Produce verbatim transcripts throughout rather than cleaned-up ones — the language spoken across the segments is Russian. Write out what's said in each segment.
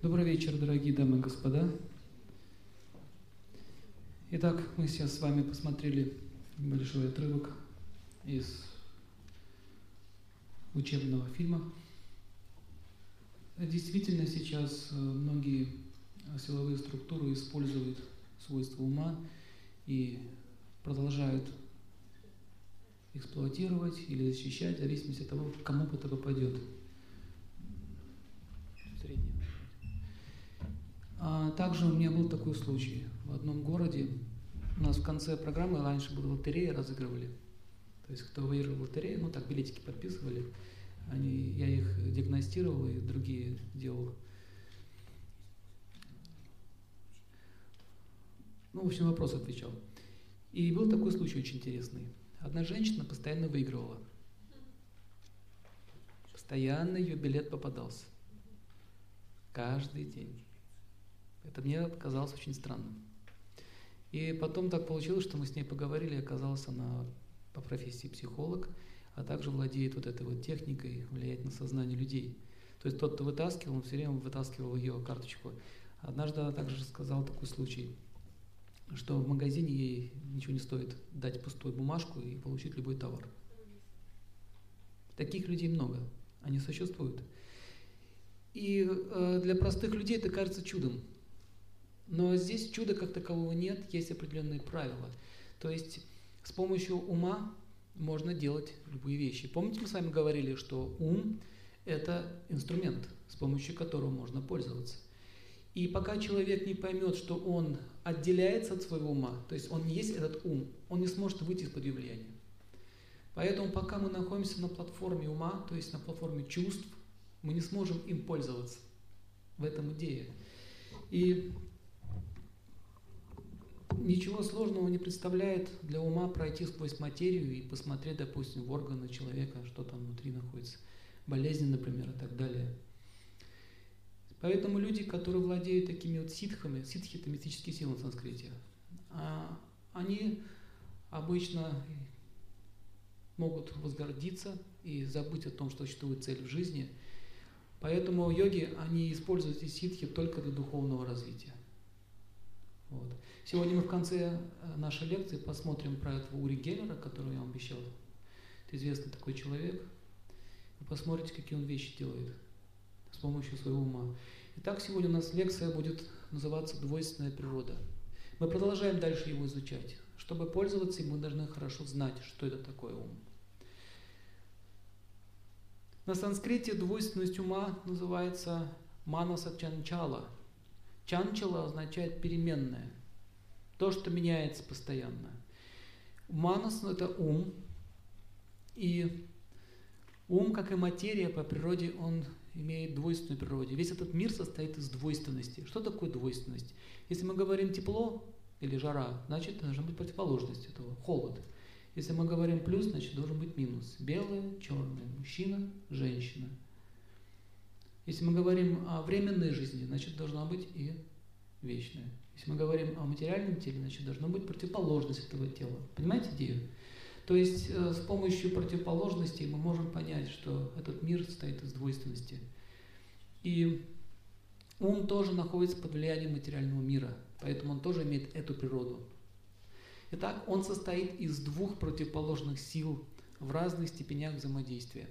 Добрый вечер, дорогие дамы и господа. Итак, мы сейчас с вами посмотрели небольшой отрывок из учебного фильма. Действительно, сейчас многие силовые структуры используют свойства ума и продолжают эксплуатировать или защищать, в зависимости от того, кому это попадет. Среднее. А также у меня был такой случай. В одном городе у нас в конце программы раньше была лотерея, разыгрывали. То есть кто выиграл лотерею, ну так билетики подписывали. Они, я их диагностировал и другие делал. Ну, в общем, вопрос отвечал. И был такой случай очень интересный. Одна женщина постоянно выигрывала. Постоянно ее билет попадался. Каждый день. Это мне казалось очень странным. И потом так получилось, что мы с ней поговорили, и оказалось, она по профессии психолог, а также владеет вот этой вот техникой влиять на сознание людей. То есть тот, кто вытаскивал, он все время вытаскивал ее карточку. Однажды она также сказала такой случай, что в магазине ей ничего не стоит дать пустую бумажку и получить любой товар. Таких людей много, они существуют. И э, для простых людей это кажется чудом. Но здесь чуда как такового нет, есть определенные правила. То есть с помощью ума можно делать любые вещи. Помните, мы с вами говорили, что ум – это инструмент, с помощью которого можно пользоваться. И пока человек не поймет, что он отделяется от своего ума, то есть он не есть этот ум, он не сможет выйти из-под его влияния. Поэтому пока мы находимся на платформе ума, то есть на платформе чувств, мы не сможем им пользоваться. В этом идея. И ничего сложного не представляет для ума пройти сквозь материю и посмотреть, допустим, в органы человека, что там внутри находится, болезни, например, и так далее. Поэтому люди, которые владеют такими вот ситхами, ситхи – это мистические силы на санскрите, они обычно могут возгордиться и забыть о том, что существует цель в жизни. Поэтому йоги, они используют эти ситхи только для духовного развития. Вот. Сегодня мы в конце нашей лекции посмотрим про этого Ури Геллера, которого я вам обещал. Это известный такой человек. Вы посмотрите, какие он вещи делает с помощью своего ума. Итак, сегодня у нас лекция будет называться «Двойственная природа». Мы продолжаем дальше его изучать. Чтобы пользоваться им, мы должны хорошо знать, что это такое ум. На санскрите двойственность ума называется манаса чанчала. Чанчала означает переменное, то, что меняется постоянно. Манас – это ум, и ум, как и материя по природе, он имеет двойственную природу. Весь этот мир состоит из двойственности. Что такое двойственность? Если мы говорим тепло или жара, значит, должна быть противоположность этого – холод. Если мы говорим плюс, значит, должен быть минус. Белое, черное, мужчина, женщина. Если мы говорим о временной жизни, значит, должна быть и вечная. Если мы говорим о материальном теле, значит, должна быть противоположность этого тела. Понимаете идею? То есть э, с помощью противоположностей мы можем понять, что этот мир состоит из двойственности. И ум тоже находится под влиянием материального мира, поэтому он тоже имеет эту природу. Итак, он состоит из двух противоположных сил в разных степенях взаимодействия.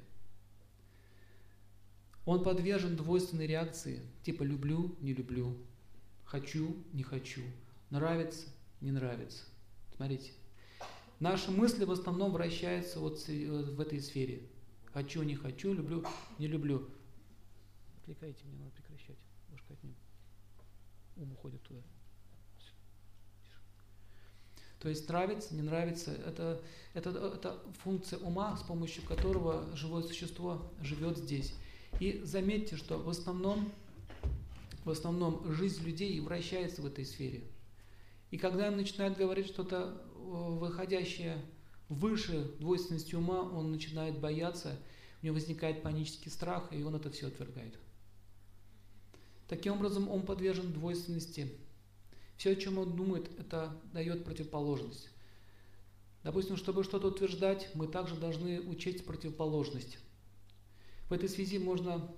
Он подвержен двойственной реакции, типа «люблю, не люблю», «хочу, не хочу», «нравится, не нравится». Смотрите, наши мысли в основном вращаются вот в этой сфере. «Хочу, не хочу», «люблю, не люблю». Отвлекайте, мне надо прекращать, ложка от него. Ум уходит туда. То есть нравится, не нравится, это, это, это функция ума, с помощью которого живое существо живет здесь. И заметьте, что в основном, в основном жизнь людей вращается в этой сфере. И когда им начинают говорить что-то выходящее выше двойственности ума, он начинает бояться, у него возникает панический страх, и он это все отвергает. Таким образом, он подвержен двойственности. Все, о чем он думает, это дает противоположность. Допустим, чтобы что-то утверждать, мы также должны учесть противоположность. В этой связи можно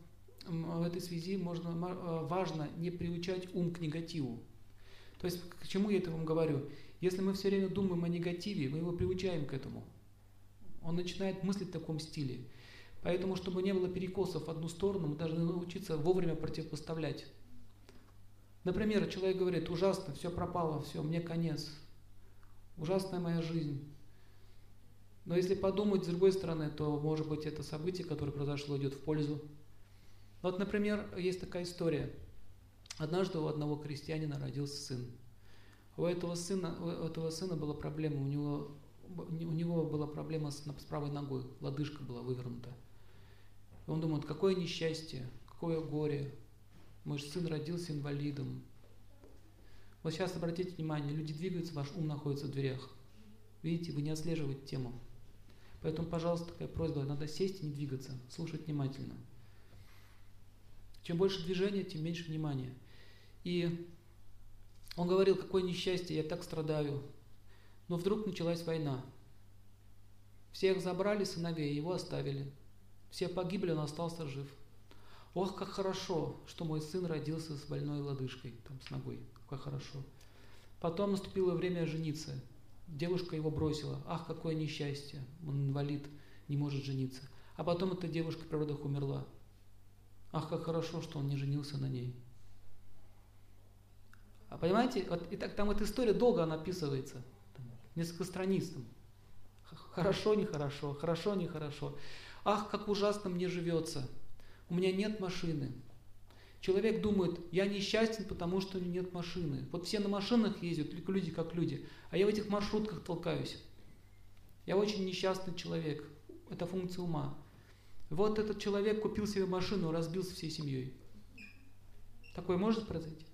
в этой связи можно, важно не приучать ум к негативу. То есть, к чему я это вам говорю? Если мы все время думаем о негативе, мы его приучаем к этому. Он начинает мыслить в таком стиле. Поэтому, чтобы не было перекосов в одну сторону, мы должны научиться вовремя противопоставлять. Например, человек говорит: ужасно, все пропало, все, мне конец. Ужасная моя жизнь. Но если подумать с другой стороны, то, может быть, это событие, которое произошло, идет в пользу. Вот, например, есть такая история. Однажды у одного крестьянина родился сын. У этого сына, у этого сына была проблема, у него, у него была проблема с, с правой ногой, лодыжка была вывернута. И он думает: какое несчастье, какое горе, мой сын родился инвалидом. Вот сейчас обратите внимание, люди двигаются, ваш ум находится в дверях. Видите, вы не отслеживаете тему. Поэтому, пожалуйста, такая просьба: надо сесть и не двигаться, слушать внимательно. Чем больше движения, тем меньше внимания. И он говорил: какое несчастье, я так страдаю. Но вдруг началась война. Всех забрали сыновей, его оставили. Все погибли, он остался жив. Ох, как хорошо, что мой сын родился с больной лодыжкой, там, с ногой. Как хорошо. Потом наступило время жениться. Девушка его бросила. Ах, какое несчастье, он инвалид, не может жениться. А потом эта девушка при родах умерла. Ах, как хорошо, что он не женился на ней. А понимаете, вот, и так, там эта история долго она описывается. Там, несколько страниц. Там. Хорошо, нехорошо, хорошо, нехорошо. Ах, как ужасно мне живется. У меня нет машины. Человек думает: я несчастен, потому что у меня нет машины. Вот все на машинах ездят, люди как люди, а я в этих маршрутках толкаюсь. Я очень несчастный человек. Это функция ума. Вот этот человек купил себе машину, разбился всей семьей. Такое может произойти?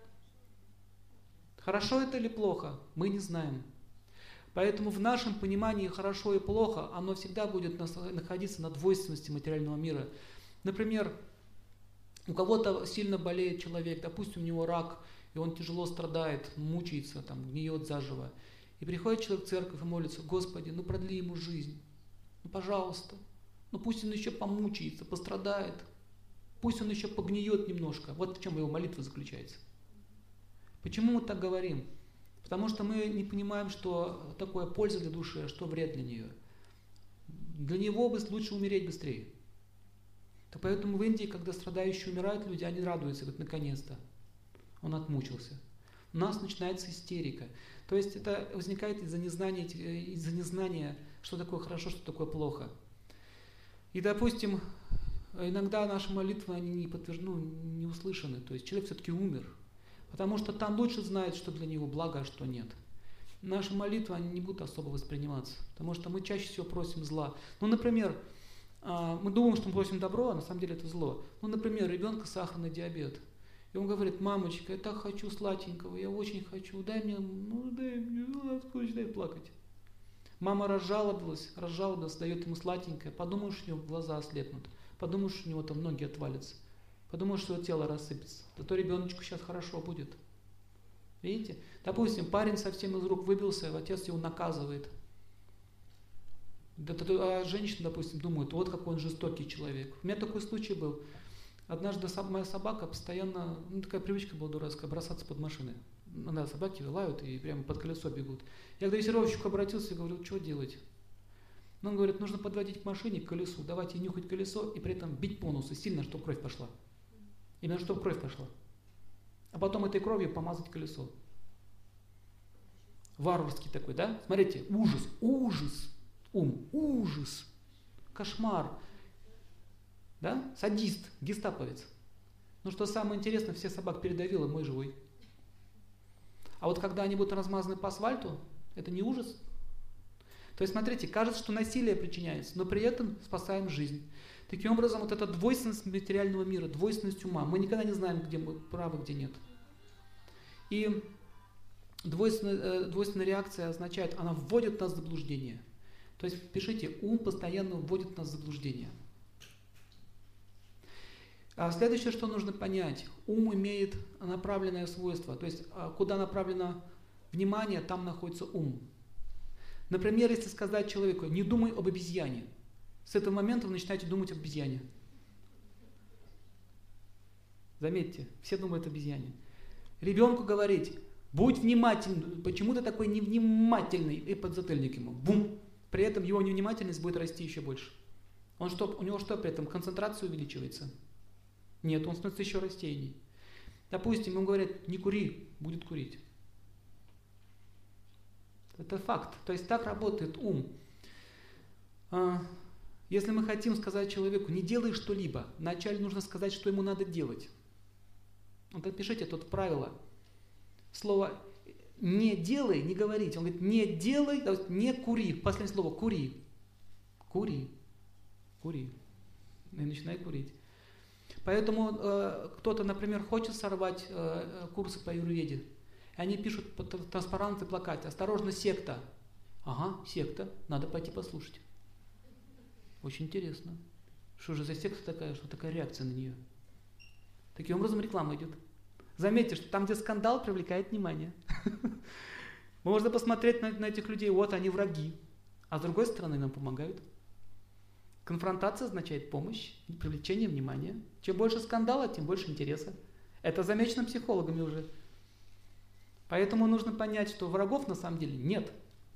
Хорошо это или плохо? Мы не знаем. Поэтому в нашем понимании хорошо и плохо, оно всегда будет находиться на двойственности материального мира. Например, у кого-то сильно болеет человек, допустим, у него рак, и он тяжело страдает, мучается, там, гниет заживо. И приходит человек в церковь и молится: Господи, ну продли ему жизнь, ну пожалуйста, ну пусть он еще помучается, пострадает, пусть он еще погниет немножко. Вот в чем его молитва заключается. Почему мы так говорим? Потому что мы не понимаем, что такое польза для души, а что вред для нее. Для него бы лучше умереть быстрее. Так поэтому в Индии, когда страдающие умирают люди, они радуются, говорят: наконец-то, он отмучился. У нас начинается истерика. То есть это возникает из-за незнания, из-за незнания, что такое хорошо, что такое плохо. И, допустим, иногда наши молитвы они не подтверждены, ну, не услышаны. То есть человек все-таки умер. Потому что там лучше знает, что для него благо, а что нет. Наши молитвы они не будут особо восприниматься. Потому что мы чаще всего просим зла. Ну, например, мы думаем, что мы просим добро, а на самом деле это зло. Ну, например, ребенка сахарный диабет. И он говорит: мамочка, я так хочу сладенького, я очень хочу, дай мне, ну дай мне, начинает плакать. Мама разжалобилась, разжалобилась, дает ему сладенькое, подумаешь, у него глаза ослепнут, подумаешь, у него там ноги отвалятся, подумаешь, что его тело рассыпется. Зато ребеночку сейчас хорошо будет. Видите? Допустим, парень совсем из рук выбился, отец его наказывает. А женщина, допустим, думает: вот какой он жестокий человек. У меня такой случай был. Однажды моя собака постоянно, ну такая привычка была дурацкая, бросаться под машины. Да, собаки лают и прямо под колесо бегут. Я к дрессировщику обратился и говорю: что делать? Ну, он говорит: нужно подводить к машине, к колесу, давать ей нюхать колесо и при этом бить по носу сильно, чтобы кровь пошла. Именно чтобы кровь пошла. А потом этой кровью помазать колесо. Варварский такой, да? Смотрите, ужас, ужас. Ум, ужас, кошмар, да? Садист, гестаповец. Ну что самое интересное, все собак передавило, мой живой. А вот когда они будут размазаны по асфальту, это не ужас? То есть смотрите, кажется, что насилие причиняется, но при этом спасаем жизнь. Таким образом, вот эта двойственность материального мира, двойственность ума, мы никогда не знаем, где мы правы, где нет. И двойственная, двойственная реакция означает, она вводит нас в заблуждение. То есть пишите: ум постоянно вводит нас в заблуждение. А следующее, что нужно понять: ум имеет направленное свойство. То есть куда направлено внимание, там находится ум. Например, если сказать человеку: не думай об обезьяне, с этого момента вы начинаете думать об обезьяне. Заметьте, все думают обезьяне. Ребенку говорить, будь внимательным, почему ты такой невнимательный, и подзатыльник ему, бум. При этом его невнимательность будет расти еще больше. Он что, у него что при этом, концентрация увеличивается? Нет, он становится еще рассеянней. Допустим, ему говорят, не кури, будет курить. Это факт. То есть так работает ум. Если мы хотим сказать человеку, не делай что-либо, вначале нужно сказать, что ему надо делать. Вот напишите тут правило. Слово «не делай», не говорите. Он говорит, не делай, не кури. Последнее слово «кури». Кури. Кури. И начинай курить. Поэтому э, кто-то, например, хочет сорвать э, курсы по аюрведе. И они пишут транспаранты, плакаты. Осторожно, секта. Ага, секта. Надо пойти послушать. Очень интересно. Что же за секта такая, что такая реакция на нее? Таким образом реклама идет. Заметьте, что там, где скандал, привлекает внимание. Можно посмотреть на, на этих людей, вот они враги. А с другой стороны нам помогают. Конфронтация означает помощь, привлечение внимания. Чем больше скандала, тем больше интереса. Это замечено психологами уже. Поэтому нужно понять, что врагов на самом деле нет.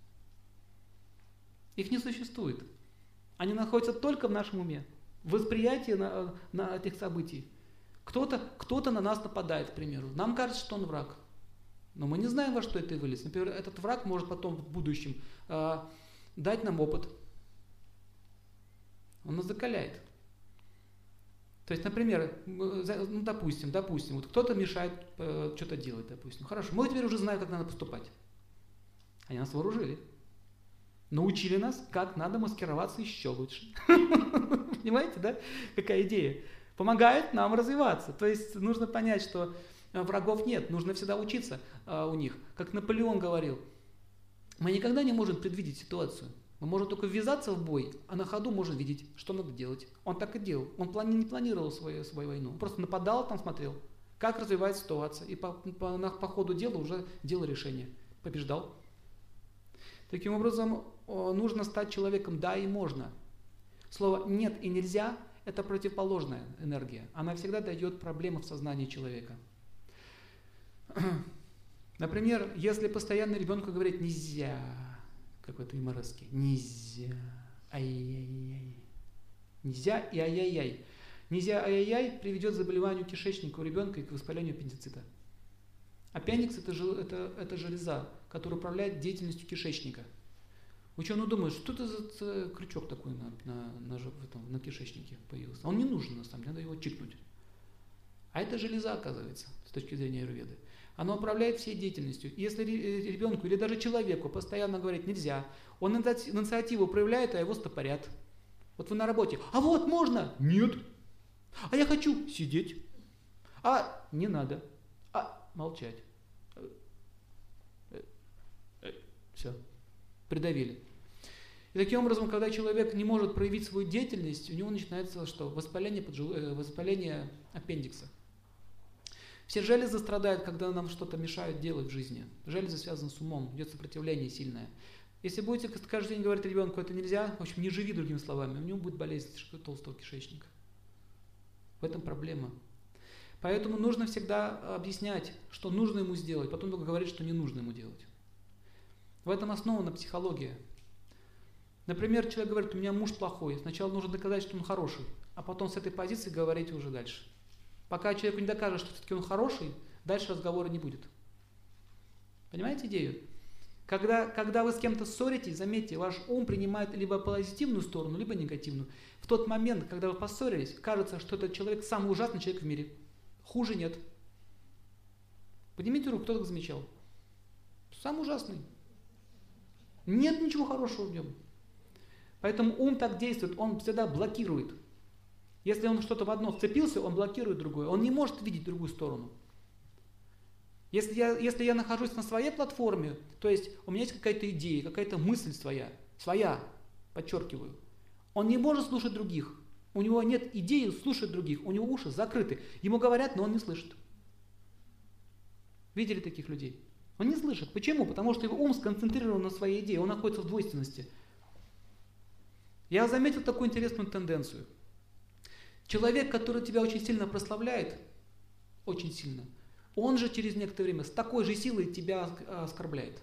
Их не существует. Они находятся только в нашем уме, в восприятии на, на этих событий. Кто-то, кто-то на нас нападает, к примеру. Нам кажется, что он враг. Но мы не знаем, во что это выльется. Например, этот враг может потом в будущем э, дать нам опыт. Он нас закаляет. То есть, например, ну, допустим, допустим, вот кто-то мешает э, что-то делать, допустим. Хорошо, мы теперь уже знаем, как надо поступать. Они нас вооружили. Научили нас, как надо маскироваться еще лучше. Понимаете, да? Какая идея? Помогает нам развиваться. То есть нужно понять, что врагов нет, нужно всегда учиться а, у них. Как Наполеон говорил, мы никогда не можем предвидеть ситуацию. Мы можем только ввязаться в бой, а на ходу можем видеть, что надо делать. Он так и делал. Он плани- не планировал свою, свою войну. Он просто нападал, там смотрел, как развивается ситуация. И по, по, на, по ходу дела уже делал решение. Побеждал. Таким образом, нужно стать человеком «да» и «можно». Слово «нет» и «нельзя» – это противоположная энергия. Она всегда дает проблемы в сознании человека. Например, если постоянно ребенку говорить «нельзя», какой-то юморский, «нельзя», «ай-яй-яй», «нельзя» и «ай-яй-яй». «Нельзя», «ай-яй-яй» приведет к заболеванию кишечника у ребенка и к воспалению аппендицита. Аппендикс – это, это, это железа, которая управляет деятельностью кишечника. Ученые думают, что это за крючок такой на, на, на, этом, на кишечнике появился. Он не нужен, на самом деле, надо его чикнуть. А это железа, оказывается, с точки зрения аюрведы. Она управляет всей деятельностью. Если ребенку или даже человеку постоянно говорить нельзя, он инициативу проявляет, а его стопорят. Вот вы на работе. А вот можно? Нет. А я хочу сидеть. А не надо. А молчать. Все. Придавили. И таким образом, когда человек не может проявить свою деятельность, у него начинается что? Воспаление, поджел... воспаление аппендикса. Все железы страдают, когда нам что-то мешают делать в жизни. Железы связаны с умом, идет сопротивление сильное. Если будете каждый день говорить ребенку, это нельзя, в общем, не живи, другими словами, у него будет болезнь толстого кишечника. В этом проблема. Поэтому нужно всегда объяснять, что нужно ему сделать, потом только говорить, что не нужно ему делать. В этом основана психология. Например, человек говорит, у меня муж плохой. Сначала нужно доказать, что он хороший, а потом с этой позиции говорить уже дальше. Пока человеку не докажет, что все-таки он хороший, дальше разговора не будет. Понимаете идею? Когда, когда вы с кем-то ссоритесь, заметьте, ваш ум принимает либо позитивную сторону, либо негативную. В тот момент, когда вы поссорились, кажется, что этот человек самый ужасный человек в мире. Хуже нет. Поднимите руку, кто так замечал? Самый ужасный. Нет ничего хорошего в нем. Поэтому ум так действует, он всегда блокирует. Если он что-то в одно вцепился, он блокирует другое. Он не может видеть другую сторону. Если я, если я нахожусь на своей платформе, то есть у меня есть какая-то идея, какая-то мысль своя, своя, подчеркиваю, он не может слушать других. У него нет идеи слушать других, у него уши закрыты. Ему говорят, но он не слышит. Видели таких людей? Он не слышит. Почему? Потому что его ум сконцентрирован на своей идее, он находится в двойственности. Я заметил такую интересную тенденцию. Человек, который тебя очень сильно прославляет, очень сильно, он же через некоторое время с такой же силой тебя оскорбляет.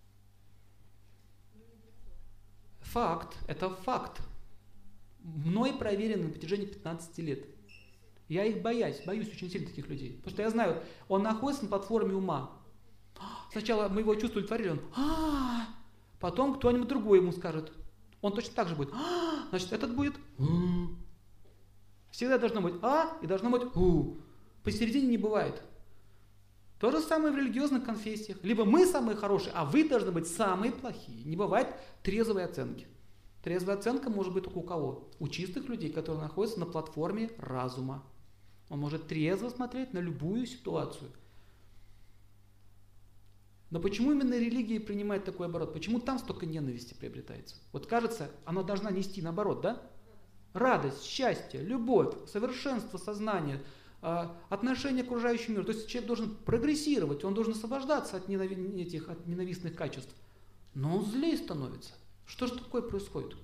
Факт, это факт. Мной проверено на протяжении пятнадцати лет. Я их боюсь, боюсь очень сильно таких людей. Потому что я знаю, он находится на платформе ума. Сначала мы его чувства удовлетворили, он а потом кто-нибудь другой ему скажет. Он точно так же будет. А, значит, этот будет. Всегда должно быть а и должно быть у. Посередине не бывает. То же самое в религиозных конфессиях. Либо мы самые хорошие, а вы должны быть самые плохие. Не бывает трезвой оценки. Трезвая оценка может быть только у кого? У чистых людей, которые находятся на платформе разума. Он может трезво смотреть на любую ситуацию. Но почему именно религия принимает такой оборот? Почему там столько ненависти приобретается? Вот кажется, она должна нести наоборот, да? Радость, счастье, любовь, совершенство сознания, отношение к окружающему миру. То есть человек должен прогрессировать, он должен освобождаться от, ненави- этих, от ненавистных качеств. Но он злее становится. Что же такое происходит?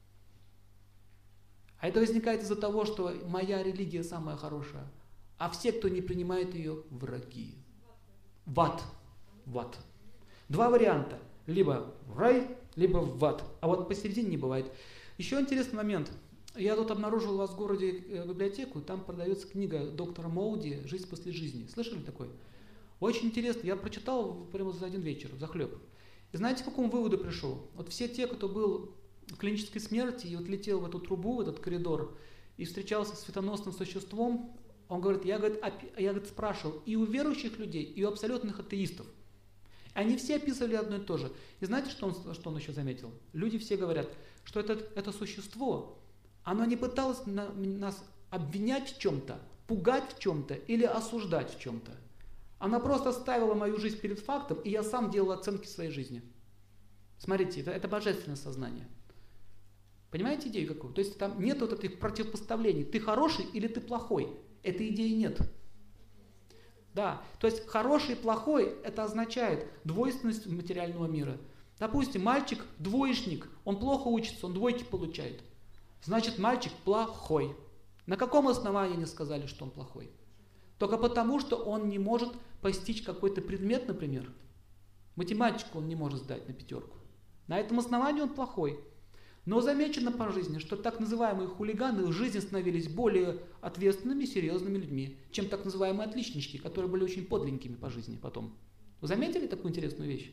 А это возникает из-за того, что моя религия самая хорошая, а все, кто не принимает ее, враги. В ад. В ад. Два варианта. Либо в рай, либо в ад. А вот посередине не бывает. Еще интересный момент. Я тут обнаружил у вас в городе библиотеку, там продается книга доктора Моуди «Жизнь после жизни». Слышали такой? Очень интересно. Я прочитал прямо за один вечер, захлеб. И знаете, к какому выводу пришел? Вот все те, кто был в клинической смерти и вот летел в эту трубу, в этот коридор, и встречался с светоносным существом, он говорит, я, говорит, я говорит, спрашивал и у верующих людей, и у абсолютных атеистов. Они все описывали одно и то же. И знаете, что он, что он еще заметил? Люди все говорят, что это, это существо, оно не пыталось на, нас обвинять в чем-то, пугать в чем-то или осуждать в чем-то. Она просто ставила мою жизнь перед фактом, и я сам делал оценки своей жизни. Смотрите, это, это божественное сознание. Понимаете идею какую? То есть там нет вот этих противопоставлений. Ты хороший или ты плохой. Этой идеи нет. Да, то есть хороший и плохой, это означает двойственность материального мира. Допустим, мальчик двоечник, он плохо учится, он двойки получает. Значит, мальчик плохой. На каком основании они сказали, что он плохой? Только потому, что он не может постичь какой-то предмет, например. Математику он не может сдать на пятерку. На этом основании он плохой. Но замечено по жизни, что так называемые хулиганы в жизни становились более ответственными, серьезными людьми, чем так называемые отличнички, которые были очень подленькими по жизни потом. Вы заметили такую интересную вещь?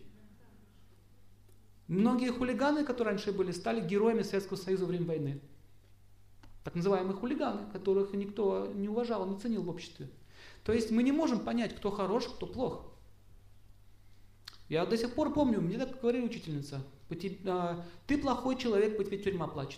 Многие хулиганы, которые раньше были, стали героями Советского Союза во время войны. Так называемые хулиганы, которых никто не уважал, не ценил в обществе. То есть мы не можем понять, кто хорош, кто плох. Я до сих пор помню, мне так говорила учительница, ты плохой человек, по тебе тюрьма плачет.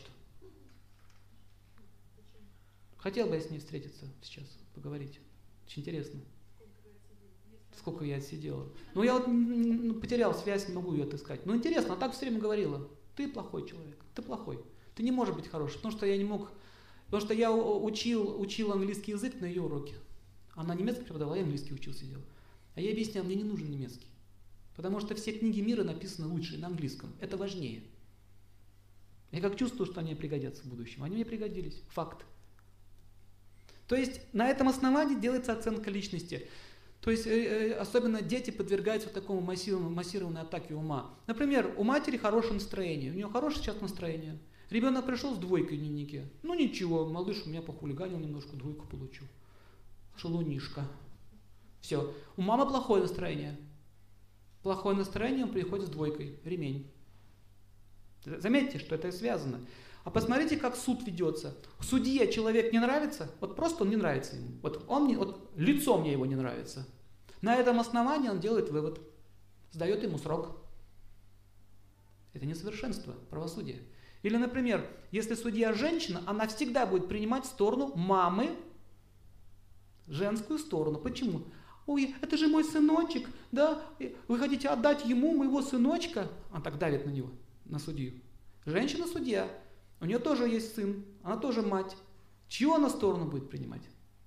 Хотел бы я с ней встретиться сейчас, поговорить. Очень интересно. Сколько я отсидела. Ну я вот потерял связь, не могу ее отыскать. Но интересно, она так все время говорила, ты плохой человек, ты плохой. Ты не можешь быть хорошим, потому что я не мог, потому что я учил, учил английский язык на ее уроке. Она немецкий преподавала, я английский учил, сидел. А я объяснял, мне не нужен немецкий. Потому что все книги мира написаны лучше на английском. Это важнее. Я как чувствую, что они мне пригодятся в будущем. Они мне пригодились. Факт. То есть на этом основании делается оценка личности. То есть э, э, особенно дети подвергаются такому массированной, массированной атаке ума. Например, у матери хорошее настроение. У нее хорошее сейчас настроение. Ребенок пришел с двойкой в дневнике. Ну ничего, малыш у меня похулиганил немножко, двойку получил. Шалунишка. Все. У мамы плохое настроение. Плохое настроение, он приходит с двойкой. Ремень. Заметьте, что это связано. А посмотрите, как суд ведется. Судье человек не нравится, вот просто он не нравится ему. Вот, он мне, вот лицо мне его не нравится. На этом основании он делает вывод. Сдает ему срок. Это несовершенство правосудия. Или, например, если судья женщина, она всегда будет принимать сторону мамы, женскую сторону. Почему? Ой, это же мой сыночек, да? Вы хотите отдать ему моего сыночка? Он так давит на него, на судью. Женщина-судья, у нее тоже есть сын, она тоже мать. Чью она сторону будет принимать?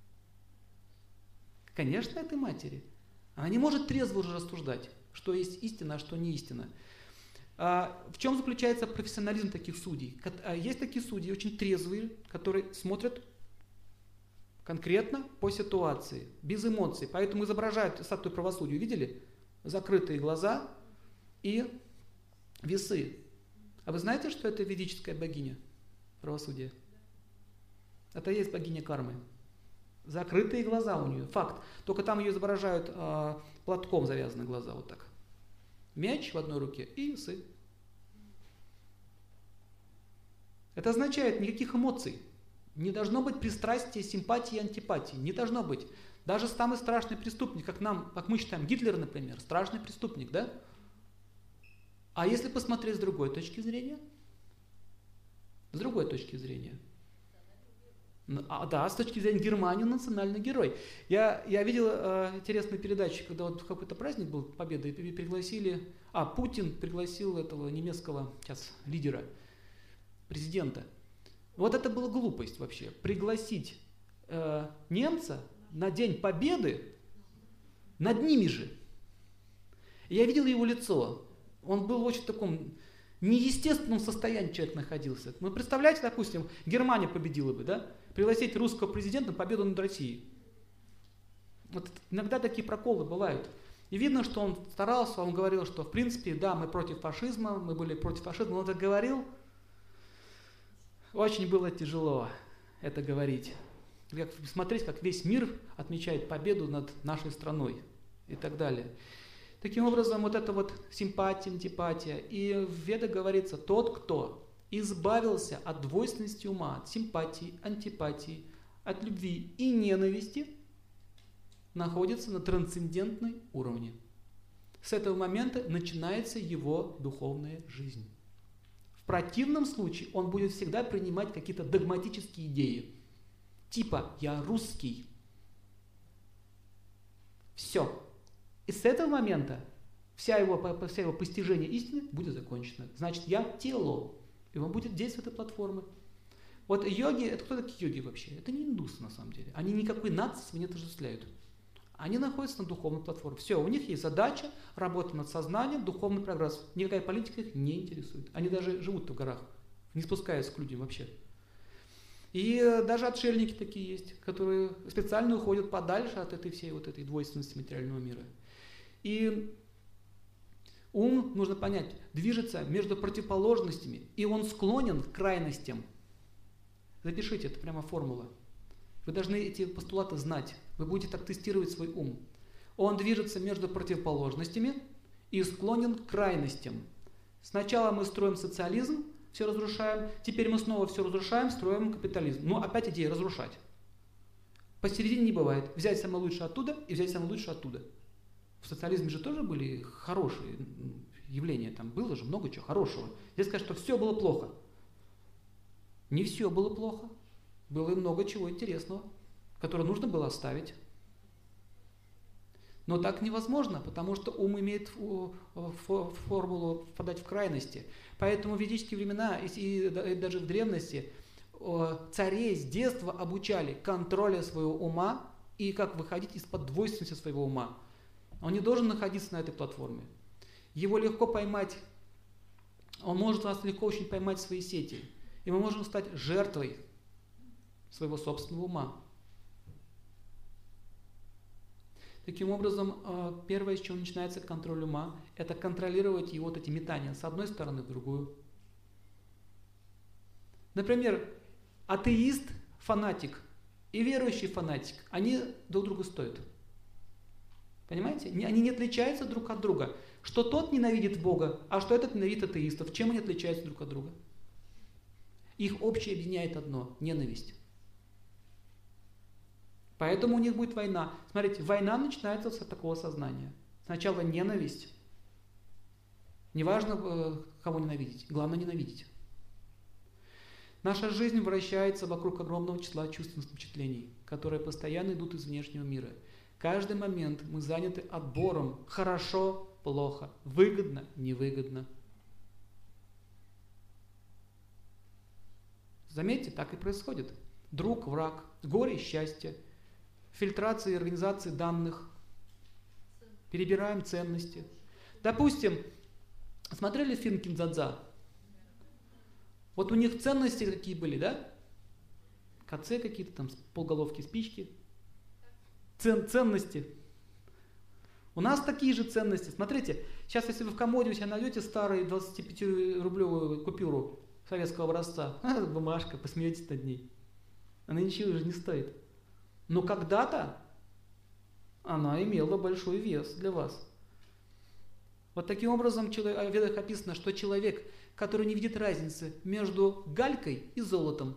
Конечно, этой матери. Она не может трезво уже рассуждать, что есть истина, а что не истина. А в чем заключается профессионализм таких судей? Есть такие судьи, очень трезвые, которые смотрят Конкретно по ситуации, без эмоций. Поэтому изображают статую правосудия. Видели? Закрытые глаза и весы. А вы знаете, что это ведическая богиня правосудия? Это и есть богиня кармы. Закрытые глаза у нее. Факт. Только там ее изображают э, платком завязаны глаза. Вот так. Мяч в одной руке и весы. Это означает никаких эмоций. Не должно быть пристрастия, симпатии и антипатии. Не должно быть. Даже самый страшный преступник, как, нам, как мы считаем, Гитлер, например, страшный преступник, да? А если посмотреть с другой точки зрения? С другой точки зрения. А, да, с точки зрения Германии национальный герой. Я, я видел э, интересную передачу, когда вот какой-то праздник был Победы, и пригласили, а Путин пригласил этого немецкого сейчас лидера, президента. Вот это была глупость вообще. Пригласить э, немца на День Победы над ними же. Я видел его лицо. Он был в очень таком неестественном состоянии, человек находился. Вы представляете, допустим, Германия победила бы, да? Пригласить русского президента на победу над Россией. Вот иногда такие проколы бывают. И видно, что он старался, он говорил, что в принципе, да, мы против фашизма, мы были против фашизма, но он это говорил. Очень было тяжело это говорить. Как смотреть, как весь мир отмечает победу над нашей страной и так далее. Таким образом, вот эта вот симпатия, антипатия. И в Ведах говорится, тот, кто избавился от двойственности ума, от симпатии, антипатии, от любви и ненависти, находится на трансцендентной уровне. С этого момента начинается его духовная жизнь. В противном случае он будет всегда принимать какие-то догматические идеи. Типа «я русский». Все. И с этого момента вся его, вся его постижение истины будет закончено. Значит, я тело. И он будет действовать этой платформы. Вот йоги, это кто такие йоги вообще? Это не индусы на самом деле. Они никакой нации не отождествляют. Они находятся на духовной платформе. Все, у них есть задача, работа над сознанием, духовный прогресс. Никакая политика их не интересует. Они даже живут в горах, не спускаются к людям вообще. И даже отшельники такие есть, которые специально уходят подальше от этой всей вот этой двойственности материального мира. И ум, нужно понять, движется между противоположностями, и он склонен к крайностям. Запишите, это прямо формула. Вы должны эти постулаты знать. Вы будете так тестировать свой ум. Он движется между противоположностями и склонен к крайностям. Сначала мы строим социализм, все разрушаем, теперь мы снова все разрушаем, строим капитализм. Но опять идея разрушать. Посередине не бывает. Взять самое лучшее оттуда и взять самое лучшее оттуда. В социализме же тоже были хорошие явления, там было же много чего хорошего. Здесь сказать, что все было плохо. Не все было плохо. Было и много чего интересного, которое нужно было оставить. Но так невозможно, потому что ум имеет формулу впадать в крайности. Поэтому в ведические времена и даже в древности царей с детства обучали контролю своего ума и как выходить из-под двойственности своего ума. Он не должен находиться на этой платформе. Его легко поймать, он может вас легко очень поймать в свои сети. И мы можем стать жертвой своего собственного ума. Таким образом, первое, с чего начинается контроль ума, это контролировать его вот эти метания с одной стороны в другую. Например, атеист, фанатик и верующий фанатик, они друг друга стоят. Понимаете? Они не отличаются друг от друга. Что тот ненавидит Бога, а что этот ненавидит атеистов. Чем они отличаются друг от друга? Их общее объединяет одно – ненависть. Поэтому у них будет война. Смотрите, война начинается с такого сознания. Сначала ненависть. Неважно, кого ненавидеть. Главное ненавидеть. Наша жизнь вращается вокруг огромного числа чувственных впечатлений, которые постоянно идут из внешнего мира. Каждый момент мы заняты отбором хорошо, плохо, выгодно, невыгодно. Заметьте, так и происходит. Друг, враг, горе, счастье, фильтрация и организация данных, перебираем ценности. Допустим, смотрели фильм «Кинзадза»? Вот у них ценности какие были, да? КЦ какие-то там, полголовки спички. Цен, ценности. У нас такие же ценности. Смотрите, сейчас если вы в комоде у себя найдете старую двадцатипятирублевую купюру советского образца, а, бумажка, посмеетесь над ней. Она ничего уже не стоит. Но когда-то она имела большой вес для вас. Вот таким образом в Ведах описано, что человек, который не видит разницы между галькой и золотом.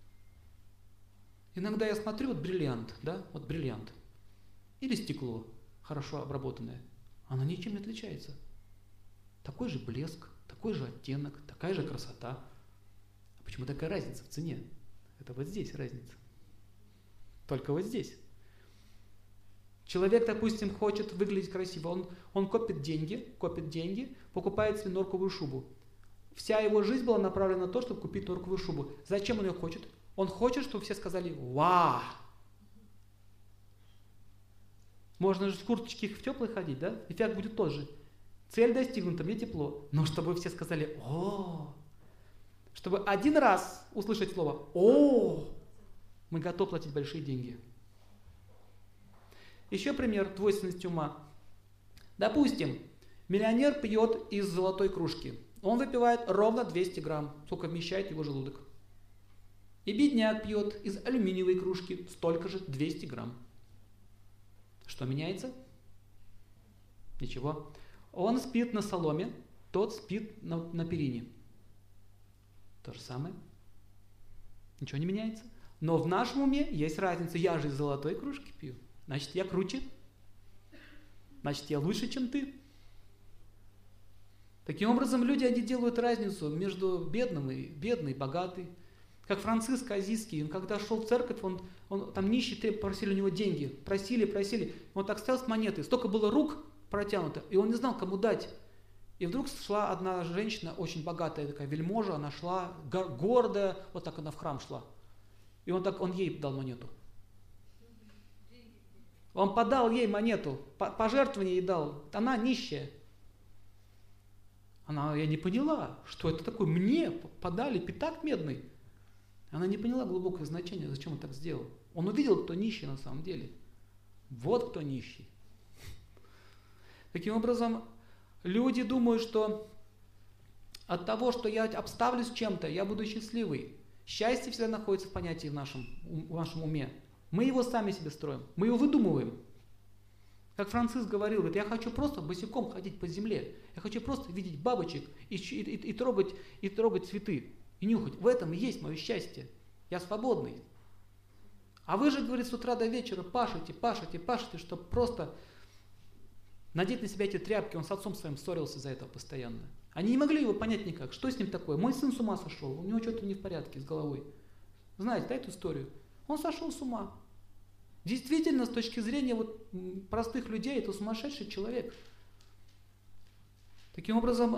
Иногда я смотрю, вот бриллиант, да, вот бриллиант. Или стекло, хорошо обработанное. Оно ничем не отличается. Такой же блеск, такой же оттенок, такая же красота. А почему такая разница в цене? Это вот здесь разница. Только вот здесь. Человек, допустим, хочет выглядеть красиво. Он, он копит деньги, копит деньги, покупает себе норковую шубу. Вся его жизнь была направлена на то, чтобы купить норковую шубу. Зачем он ее хочет? Он хочет, чтобы все сказали «Вау!». Можно же в курточке в теплой ходить, да? Эффект будет тот же. Цель достигнута, мне тепло. Но чтобы все сказали «О!». Чтобы один раз услышать слово «О!», мы готовы платить большие деньги. Еще пример двойственности ума. Допустим, миллионер пьет из золотой кружки. Он выпивает ровно двести грамм, сколько вмещает его желудок. И бедняк пьет из алюминиевой кружки столько же, двести грамм. Что меняется? Ничего. Он спит на соломе, тот спит на, на перине. То же самое. Ничего не меняется. Но в нашем уме есть разница. Я же из золотой кружки пью. Значит, я круче. Значит, я лучше, чем ты. Таким образом, люди, они делают разницу между бедным и бедный, богатый. Как Франциск Азийский, он когда шел в церковь, он, он, там нищие просили у него деньги. Просили, просили. Он так стоял с монетой. Столько было рук протянуто, и он не знал, кому дать. И вдруг шла одна женщина, очень богатая такая вельможа, она шла, гордая, вот так она в храм шла. И он, так, он ей дал монету. Он подал ей монету, пожертвование ей дал. Она нищая. Она, я не поняла, что это такое. Мне подали пятак медный. Она не поняла глубокое значение, зачем он так сделал. Он увидел, кто нищий на самом деле. Вот кто нищий. Таким образом, люди думают, что от того, что я обставлюсь чем-то, я буду счастливый. Счастье всегда находится в понятии в нашем, в нашем уме. Мы его сами себе строим, мы его выдумываем. Как Франциск говорил, говорит, я хочу просто босиком ходить по земле, я хочу просто видеть бабочек и, и, и, и, трогать, и трогать цветы, и нюхать. В этом и есть мое счастье. Я свободный. А вы же, говорит, с утра до вечера пашете, пашете, пашете, чтобы просто надеть на себя эти тряпки. Он с отцом своим ссорился из-за этого постоянно. Они не могли его понять никак. Что с ним такое? Мой сын с ума сошел, у него что-то не в порядке с головой. Знаете, да, эту историю? Он сошел с ума. Действительно, с точки зрения вот простых людей, это сумасшедший человек. Таким образом,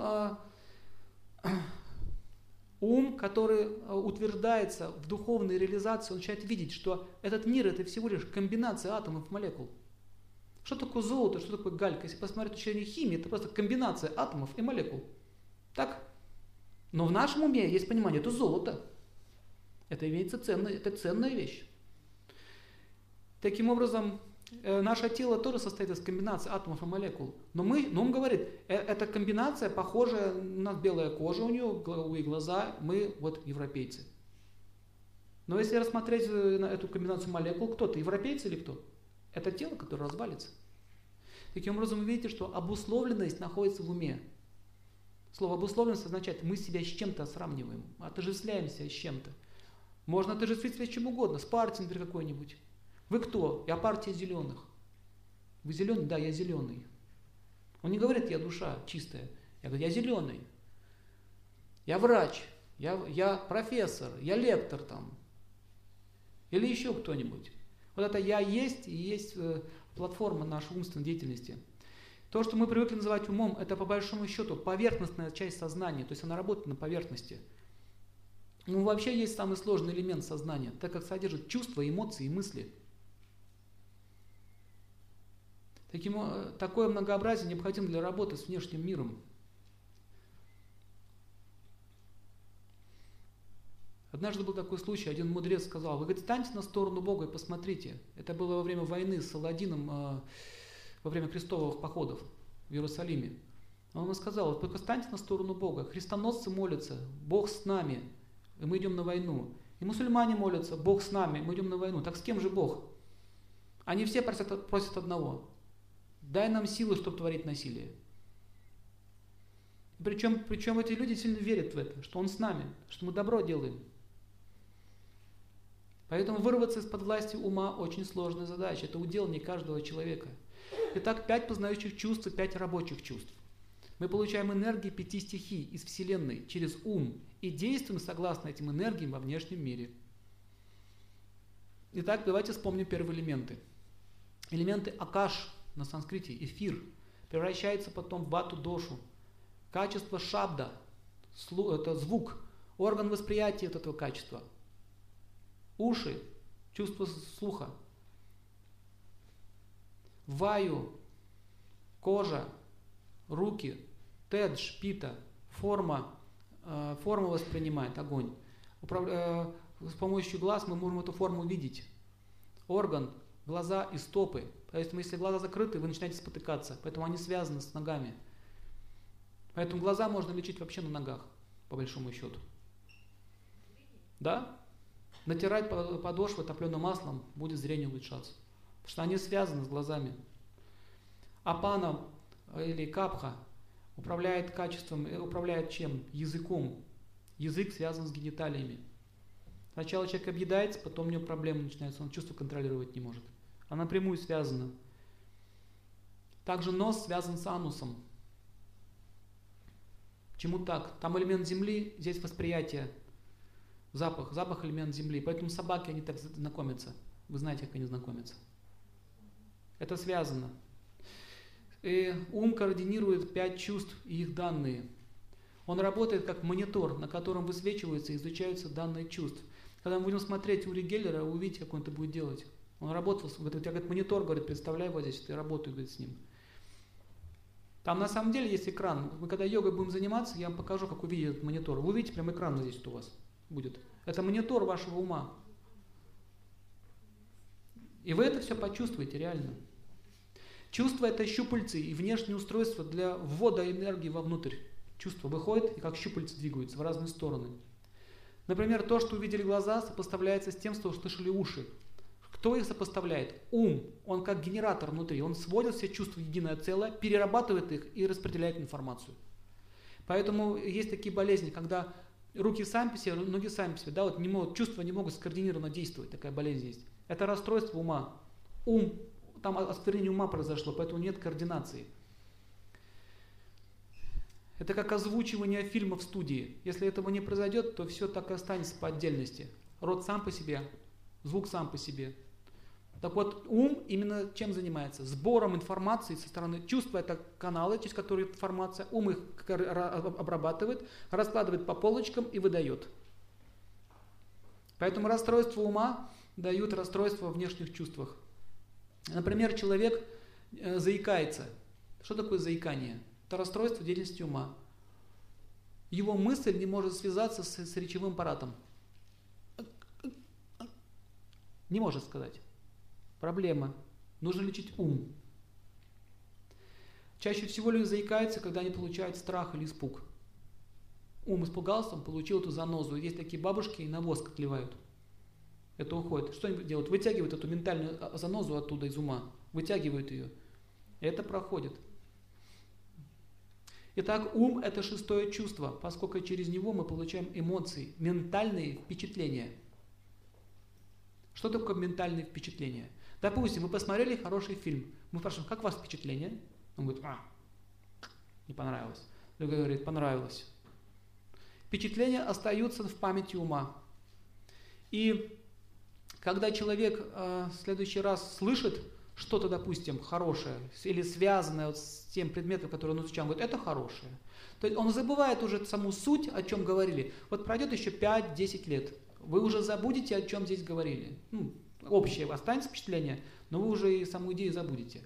ум, который утверждается в духовной реализации, он начинает видеть, что этот мир – это всего лишь комбинация атомов и молекул. Что такое золото, что такое галька? Если посмотреть учение химии, это просто комбинация атомов и молекул. Так? Но в нашем уме есть понимание, это золото. Это имеется ценная, это ценная вещь. Таким образом, э, наше тело тоже состоит из комбинации атомов и молекул. Но, мы, но он говорит, э, эта комбинация похожая на белая кожа у нее, голубые глаза, мы вот европейцы. Но если рассмотреть на эту комбинацию молекул, кто ты, европейцы или кто? Это тело, которое развалится. Таким образом, вы видите, что обусловленность находится в уме. Слово обусловленность означает, мы себя с чем-то сравниваем, отождествляемся с чем-то. Можно отождествить себя с чем угодно, с партией, например, какой-нибудь. Вы кто? Я партия зеленых. Вы зеленый? Да, я зеленый. Он не говорит, я душа чистая. Я говорю, я зеленый. Я врач. Я, я профессор. Я лектор там. Или еще кто-нибудь. Вот это я есть и есть э, платформа нашей умственной деятельности. То, что мы привыкли называть умом, это по большому счету поверхностная часть сознания. То есть она работает на поверхности. Ну, вообще есть самый сложный элемент сознания, так как содержит чувства, эмоции и мысли. Таким, такое многообразие необходимо для работы с внешним миром. Однажды был такой случай, один мудрец сказал: вы, говорит, станьте на сторону Бога и посмотрите. Это было во время войны с Аладдином, э, во время крестовых походов в Иерусалиме. Он ему сказал: только станьте на сторону Бога. Христоносцы молятся: Бог с нами, и мы идем на войну. И мусульмане молятся: Бог с нами, мы идем на войну. Так с кем же Бог? Они все просят, просят одного: дай нам силы, чтобы творить насилие. Причем, причем эти люди сильно верят в это, что Он с нами, что мы добро делаем. Поэтому вырваться из-под власти ума очень сложная задача. Это удел не каждого человека. Итак, пять познающих чувств и пять рабочих чувств. Мы получаем энергии пяти стихий из Вселенной через ум и действуем согласно этим энергиям во внешнем мире. Итак, давайте вспомним первые элементы. Элементы акаш на санскрите, эфир, превращается потом в вату дошу. Качество шабда, это звук, орган восприятия от этого качества. Уши, чувство слуха. Ваю, кожа, руки, тедж, пита, форма, э, форма воспринимает огонь. Управ... Э, с помощью глаз мы можем эту форму видеть. Орган, глаза и стопы. Поэтому если глаза закрыты, вы начинаете спотыкаться. Поэтому они связаны с ногами. Поэтому глаза можно лечить вообще на ногах, по большому счету. Да? Натирать подошвы топленым маслом, будет зрение улучшаться. Потому что они связаны с глазами. Апана или капха управляет качеством, управляет чем? Языком. Язык связан с гениталиями. Сначала человек объедается, потом у него проблемы начинаются, он чувство контролировать не может. Она напрямую связана. Также нос связан с анусом. Почему так? Там элемент земли, здесь восприятие. Запах. Запах элемент земли. Поэтому собаки, они так знакомятся. Вы знаете, как они знакомятся. Это связано. И ум координирует пять чувств и их данные. Он работает как монитор, на котором высвечиваются и изучаются данные чувств. Когда мы будем смотреть Ури Геллера, вы увидите, как он это будет делать. Он работал, вот, у тебя говорит, монитор, говорит, представляй вот здесь, ты работаю, говорит, с ним. Там на самом деле есть экран. Мы когда йогой будем заниматься, я вам покажу, как увидеть этот монитор. Вы увидите, прям экран вот здесь вот у вас будет. Это монитор вашего ума. И вы это все почувствуете реально. Чувство – это щупальцы и внешнее устройство для ввода энергии вовнутрь. Чувства выходят и как щупальцы двигаются в разные стороны. Например, то, что увидели глаза, сопоставляется с тем, что услышали уши. Кто их сопоставляет? Ум. Он как генератор внутри. Он сводит все чувства в единое целое, перерабатывает их и распределяет информацию. Поэтому есть такие болезни, когда руки сами по себе, ноги сами по себе, да, вот не могут, чувства не могут скоординированно действовать. Такая болезнь есть. Это расстройство ума. Ум. Там осквернение ума произошло, поэтому нет координации. Это как озвучивание фильма в студии. Если этого не произойдет, то все так и останется по отдельности. Рот сам по себе, звук сам по себе. Так вот, ум именно чем занимается? Сбором информации со стороны чувства. Это каналы, через которые информация. Ум их обрабатывает, раскладывает по полочкам и выдает. Поэтому расстройства ума дают расстройства в внешних чувствах. Например, человек заикается. Что такое заикание? Это расстройство деятельности ума. Его мысль не может связаться с, с речевым аппаратом. Не может сказать. Проблема. Нужно лечить ум. Чаще всего люди заикаются, когда они получают страх или испуг. Ум испугался, он получил эту занозу. Есть такие бабушки, и на воск отливают. Это уходит. Что они делают? Вытягивают эту ментальную занозу оттуда из ума. Вытягивают ее. И это проходит. Итак, ум – это шестое чувство, поскольку через него мы получаем эмоции, ментальные впечатления. Что такое ментальные впечатления? Допустим, мы посмотрели хороший фильм. Мы спрашиваем, как у вас впечатление? Он говорит, а, не понравилось. Другой говорит, понравилось. Впечатления остаются в памяти ума. И когда человек э, в следующий раз слышит что-то, допустим, хорошее или связанное вот с тем предметом, который он изучал, он говорит, это хорошее. То есть он забывает уже саму суть, о чем говорили. Вот пройдет еще пять-десять лет. Вы уже забудете, о чем здесь говорили. Ну, общее останется впечатление, но вы уже и саму идею забудете.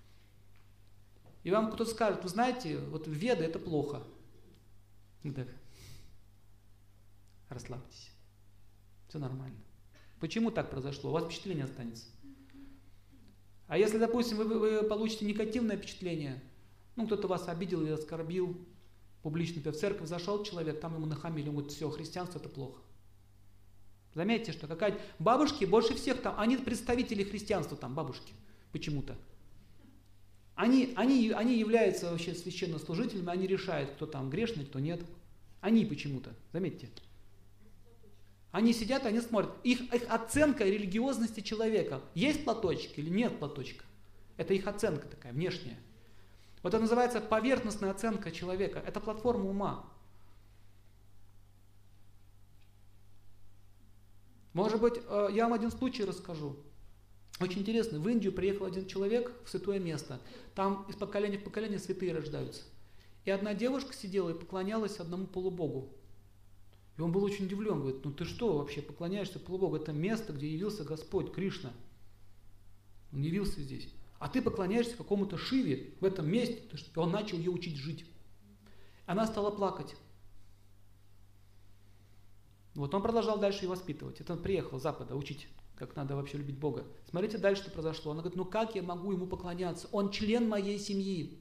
И вам кто-то скажет, вы знаете, вот веды это плохо. Так. Расслабьтесь. все нормально. Почему так произошло? У вас впечатление останется. А если, допустим, вы, вы получите негативное впечатление, ну, кто-то вас обидел или оскорбил, публично, например, в церковь зашел человек, там ему нахамили, он говорит, все, христианство это плохо. Заметьте, что какая бабушки больше всех там, они представители христианства там, бабушки, почему-то. Они, они, они являются вообще священнослужителями, они решают, кто там грешный, кто нет. Они почему-то, заметьте. Они сидят, они смотрят. Их, их оценка религиозности человека. Есть платочек или нет платочка? Это их оценка такая, внешняя. Вот это называется поверхностная оценка человека. Это платформа ума. Может быть, я вам один случай расскажу. Очень интересно. В Индию приехал один человек в святое место. Там из поколения в поколение святые рождаются. И одна девушка сидела и поклонялась одному полубогу. И он был очень удивлен. Говорит, ну ты что вообще поклоняешься полубогу? Это место, где явился Господь, Кришна. Он явился здесь. А ты поклоняешься какому-то Шиве в этом месте. И он начал ее учить жить. Она стала плакать. Вот он продолжал дальше ее воспитывать. Это он приехал с Запада учить, как надо вообще любить Бога. Смотрите дальше, что произошло. Она говорит, ну как я могу ему поклоняться? Он член моей семьи.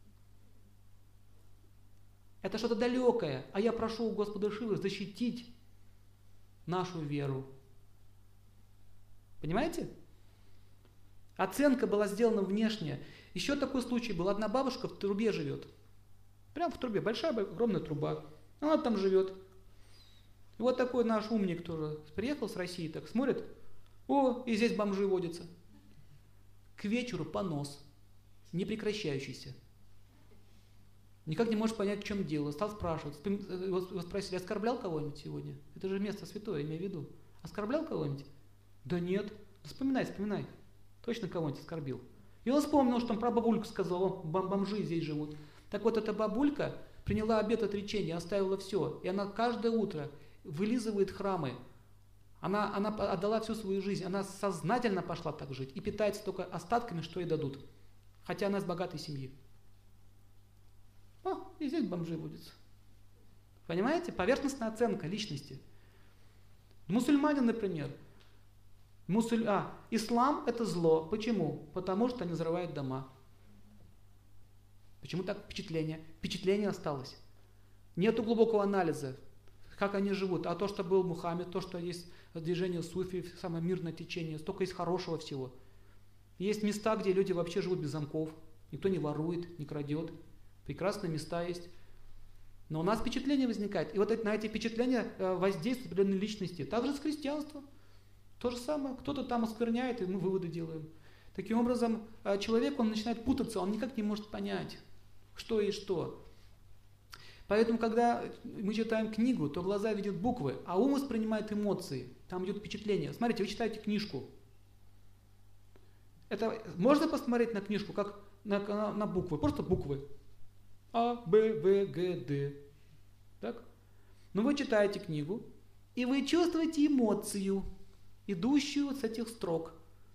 Это что-то далекое. А я прошу у Господа Шивы защитить нашу веру. Понимаете? Оценка была сделана внешняя. Еще такой случай был. Одна бабушка в трубе живет. Прям в трубе. Большая, огромная труба. Она там живет. И вот такой наш умник тоже приехал с России, так смотрит. О, и здесь бомжи водятся. К вечеру понос. Непрекращающийся. Никак не можешь понять, в чем дело. Стал спрашивать. Его спросили, оскорблял кого-нибудь сегодня? Это же место святое, имею в виду. Оскорблял кого-нибудь? Да нет. Да вспоминай, вспоминай. Точно кого-нибудь оскорбил. И он вспомнил, что он про бабульку сказал, бомжи здесь живут. Так вот, эта бабулька приняла обет отречения, оставила все. И она каждое утро вылизывает храмы. Она, она отдала всю свою жизнь. Она сознательно пошла так жить и питается только остатками, что ей дадут. Хотя она из богатой семьи. О, и здесь бомжи водятся. Понимаете? Поверхностная оценка личности. Мусульманин, например. Мусуль... А, ислам это зло. Почему? Потому что они взрывают дома. Почему так впечатление? Впечатление осталось. Нету глубокого анализа, как они живут. А то, что был Мухаммед, то, что есть движение суфи, самое мирное течение, столько есть хорошего всего. Есть места, где люди вообще живут без замков. Никто не ворует, не крадет. Прекрасные места есть. Но у нас впечатление возникает. И вот на эти впечатления воздействуют определенные личности. Также с христианством. То же самое. Кто-то там оскверняет, и мы выводы делаем. Таким образом, человек, он начинает путаться, он никак не может понять, что и что. Поэтому, когда мы читаем книгу, то глаза видят буквы, а ум воспринимает эмоции. Там идет впечатление. Смотрите, вы читаете книжку. Это можно посмотреть на книжку, как на, на, на буквы, просто буквы. А, Б, В, Г, Д. Так? Но вы читаете книгу, и вы чувствуете эмоцию, идущую вот с этих строк.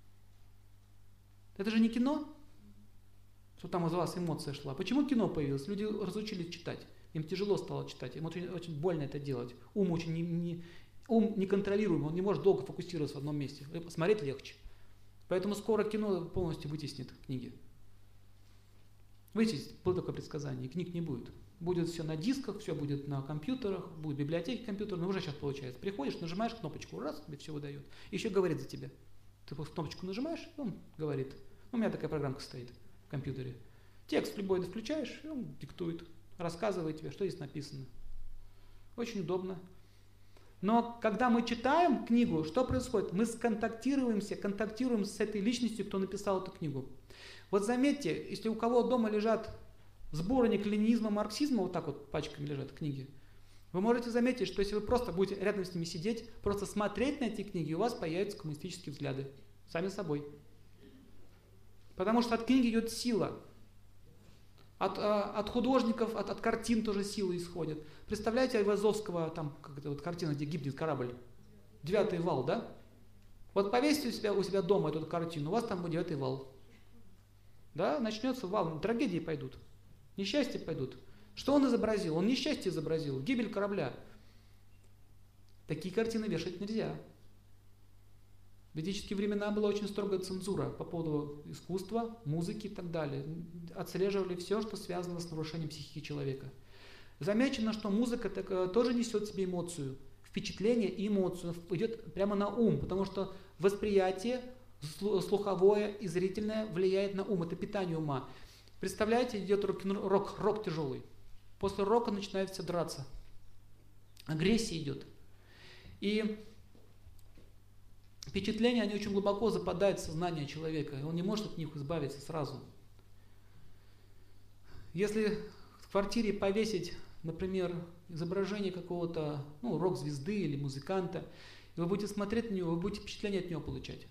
Это же не кино, что там из вас эмоция шла. Почему кино появилось? Люди разучились читать. Им тяжело стало читать, им очень, очень больно это делать. Ум очень не, не, ум неконтролируемый, он не может долго фокусироваться в одном месте. Смотреть легче. Поэтому скоро кино полностью вытеснит книги. Вычесть, было такое предсказание, книг не будет. Будет все на дисках, все будет на компьютерах, будет библиотеки компьютерные, но уже сейчас получается. Приходишь, нажимаешь кнопочку, раз, тебе все выдает. И еще говорит за тебя. Ты кнопочку нажимаешь, и он говорит. У меня такая программка стоит в компьютере. Текст любой включаешь, и он диктует, рассказывает тебе, что здесь написано. Очень удобно. Но когда мы читаем книгу, что происходит? Мы сконтактируемся, контактируем с этой личностью, кто написал эту книгу. Вот заметьте, если у кого дома лежат сборник ленинизма, марксизма, вот так вот пачками лежат книги, вы можете заметить, что если вы просто будете рядом с ними сидеть, просто смотреть на эти книги, у вас появятся коммунистические взгляды. Сами собой. Потому что от книги идет сила. От, от художников, от, от картин тоже сила исходит. Представляете Айвазовского, там, как это вот картина, где гибнет корабль? Девятый вал, да? Вот повесьте у себя, у себя дома эту картину, у вас там будет девятый вал. Да, начнется вал, трагедии пойдут, несчастья пойдут. Что он изобразил? Он несчастье изобразил, гибель корабля. Такие картины вешать нельзя. В ведические времена была очень строгая цензура по поводу искусства, музыки и так далее. Отслеживали все, что связано с нарушением психики человека. Замечено, что музыка тоже несет в себе эмоцию, впечатление и эмоцию. Идет прямо на ум, потому что восприятие слуховое и зрительное влияет на ум. Это питание ума. Представляете, идет рок, рок, рок тяжелый. После рока начинают все драться. Агрессия идет. И впечатления, они очень глубоко западают в сознание человека, и он не может от них избавиться сразу. Если в квартире повесить, например, изображение какого-то, ну, рок-звезды или музыканта, и вы будете смотреть на него, вы будете впечатление от него получать.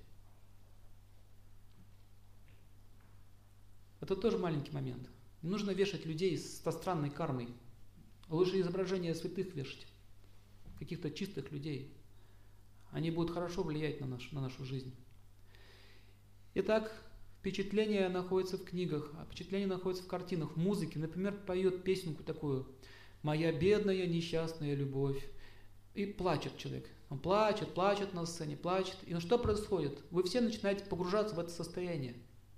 Это тоже маленький момент. Не нужно вешать людей со странной кармой. Лучше изображения святых вешать, каких-то чистых людей. Они будут хорошо влиять на, наш, на нашу жизнь. Итак, впечатление находится в книгах, а впечатление находится в картинах, в музыке. Например, поет песенку такую: «Моя бедная несчастная любовь». И плачет человек. Он плачет, плачет на сцене, плачет. И ну, что происходит? Вы все начинаете погружаться в это состояние.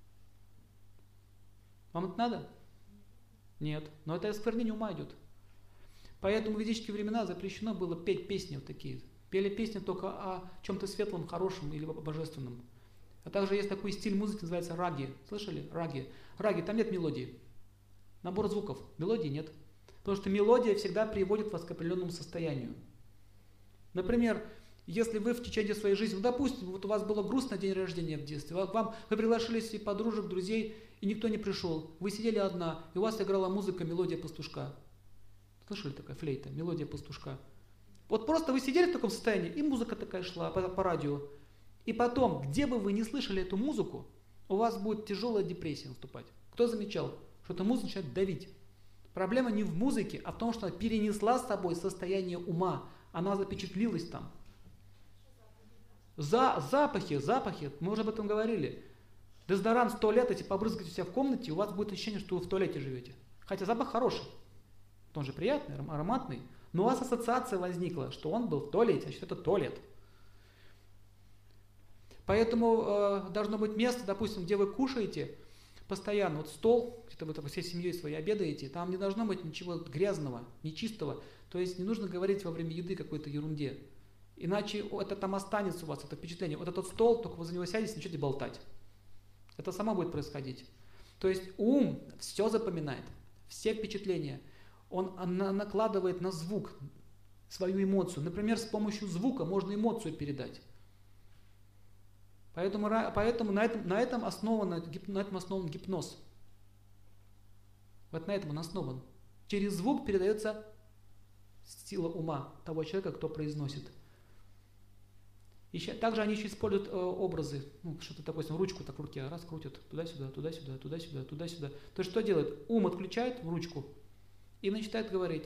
Вам это надо? Нет. Но это осквернение ума идет. Поэтому в ведические времена запрещено было петь песни вот такие. Пели песни только о чем-то светлом, хорошем или божественном. А также есть такой стиль музыки, называется раги. Слышали? Раги. Раги, там нет мелодии. Набор звуков. Мелодии нет. Потому что мелодия всегда приводит вас к определенному состоянию. Например, если вы в течение своей жизни, ну, допустим, вот у вас было грустно день рождения в детстве, вам, вы приглашали себе подружек, друзей, и никто не пришел. Вы сидели одна, и у вас играла музыка, мелодия пастушка. Слышали, такая флейта, мелодия пастушка? Вот просто вы сидели в таком состоянии, и музыка такая шла по, по радио. И потом, где бы вы ни слышали эту музыку, у вас будет тяжелая депрессия наступать. Кто замечал, что эта музыка начинает давить? Проблема не в музыке, а в том, что она перенесла с собой состояние ума. Она запечатлилась там. За, запахи, запахи, мы уже об этом говорили. Дезодорант в туалет, если побрызгать у себя в комнате, у вас будет ощущение, что вы в туалете живете. Хотя запах хороший, он же приятный, ароматный. Но у вас ассоциация возникла, что он был в туалете, значит это туалет. Поэтому э, должно быть место, допустим, где вы кушаете постоянно, вот стол, где-то вы всей семьей своей обедаете, там не должно быть ничего грязного, нечистого. То есть не нужно говорить во время еды какой-то ерунде. Иначе это там останется у вас, это впечатление. Вот этот стол, только вы за него сядете и начнете болтать. Это само будет происходить. То есть ум все запоминает, все впечатления. Он накладывает на звук свою эмоцию. Например, с помощью звука можно эмоцию передать. Поэтому, поэтому на, этом, на, этом основан, на этом основан гипноз. Вот на этом он основан. Через звук передается сила ума того человека, кто произносит. Еще, также они еще используют э, образы. Ну, что-то, допустим, ручку так в руке раз крутят. Туда-сюда, туда-сюда, туда-сюда, туда-сюда. То есть что делает? Ум отключает в ручку и начинает говорить.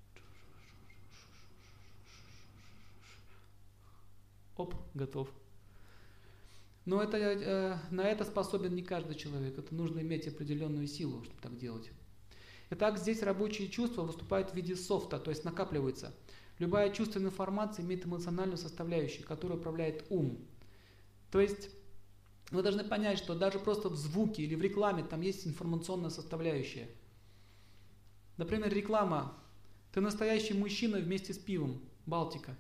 Оп, готов. Но это, э, на это способен не каждый человек. Это нужно иметь определенную силу, чтобы так делать. Итак, здесь рабочие чувства выступают в виде софта, то есть накапливается. Любая чувственная информация имеет эмоциональную составляющую, которая управляет ум. То есть вы должны понять, что даже просто в звуке или в рекламе там есть информационная составляющая. Например, реклама. Ты настоящий мужчина вместе с пивом. Балтика.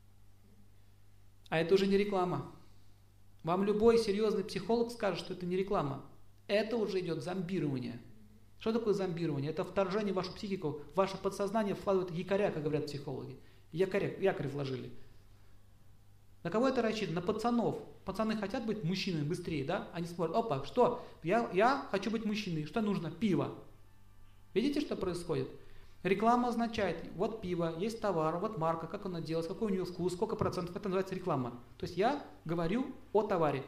А это уже не реклама. Вам любой серьезный психолог скажет, что это не реклама. Это уже идет зомбирование. Что такое зомбирование? Это вторжение в вашу психику, в ваше подсознание вкладывает якоря, как говорят психологи. Якоря, якорь вложили. На кого это рассчитано? На пацанов. Пацаны хотят быть мужчинами быстрее, да? Они смотрят, опа, что? Я, я хочу быть мужчиной. Что нужно? Пиво. Видите, что происходит? Реклама означает, вот пиво, есть товар, вот марка, как она делает, какой у нее вкус, сколько процентов. Это называется реклама. То есть я говорю о товаре.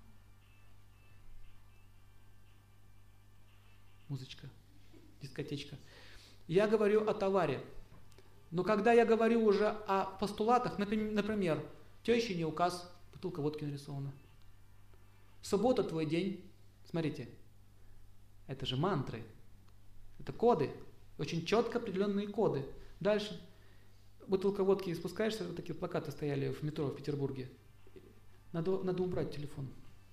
Музычка, дискотечка. Я говорю о товаре. Но когда я говорю уже о постулатах, например, теща не указ, бутылка водки нарисована. Суббота твой день. Смотрите, это же мантры, это коды, очень четко определенные коды. Дальше. бутылка водки спускаешься, вот такие плакаты стояли в метро в Петербурге. Надо, надо убрать телефон.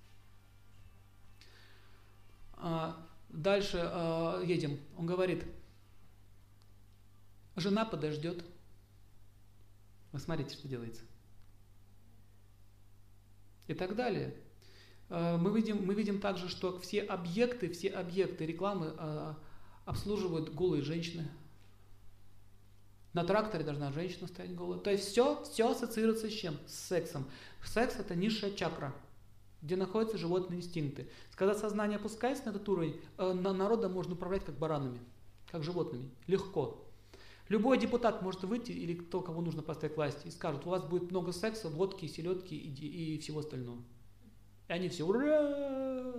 А, дальше а, едем. Он говорит, жена подождет. Вы смотрите, что делается. И так далее. А, мы видим, мы видим также, что все объекты, все объекты рекламы а, обслуживают голые женщины. На тракторе должна женщина стоять голая. То есть все, все ассоциируется с чем? С сексом. Секс – это низшая чакра, где находятся животные инстинкты. Когда сознание опускается на этот уровень, на народом можно управлять как баранами, как животными. Легко. Любой депутат может выйти, или кто, кого нужно поставить к власти, и скажет, у вас будет много секса, водки, селедки и, и всего остального. И они все, ура!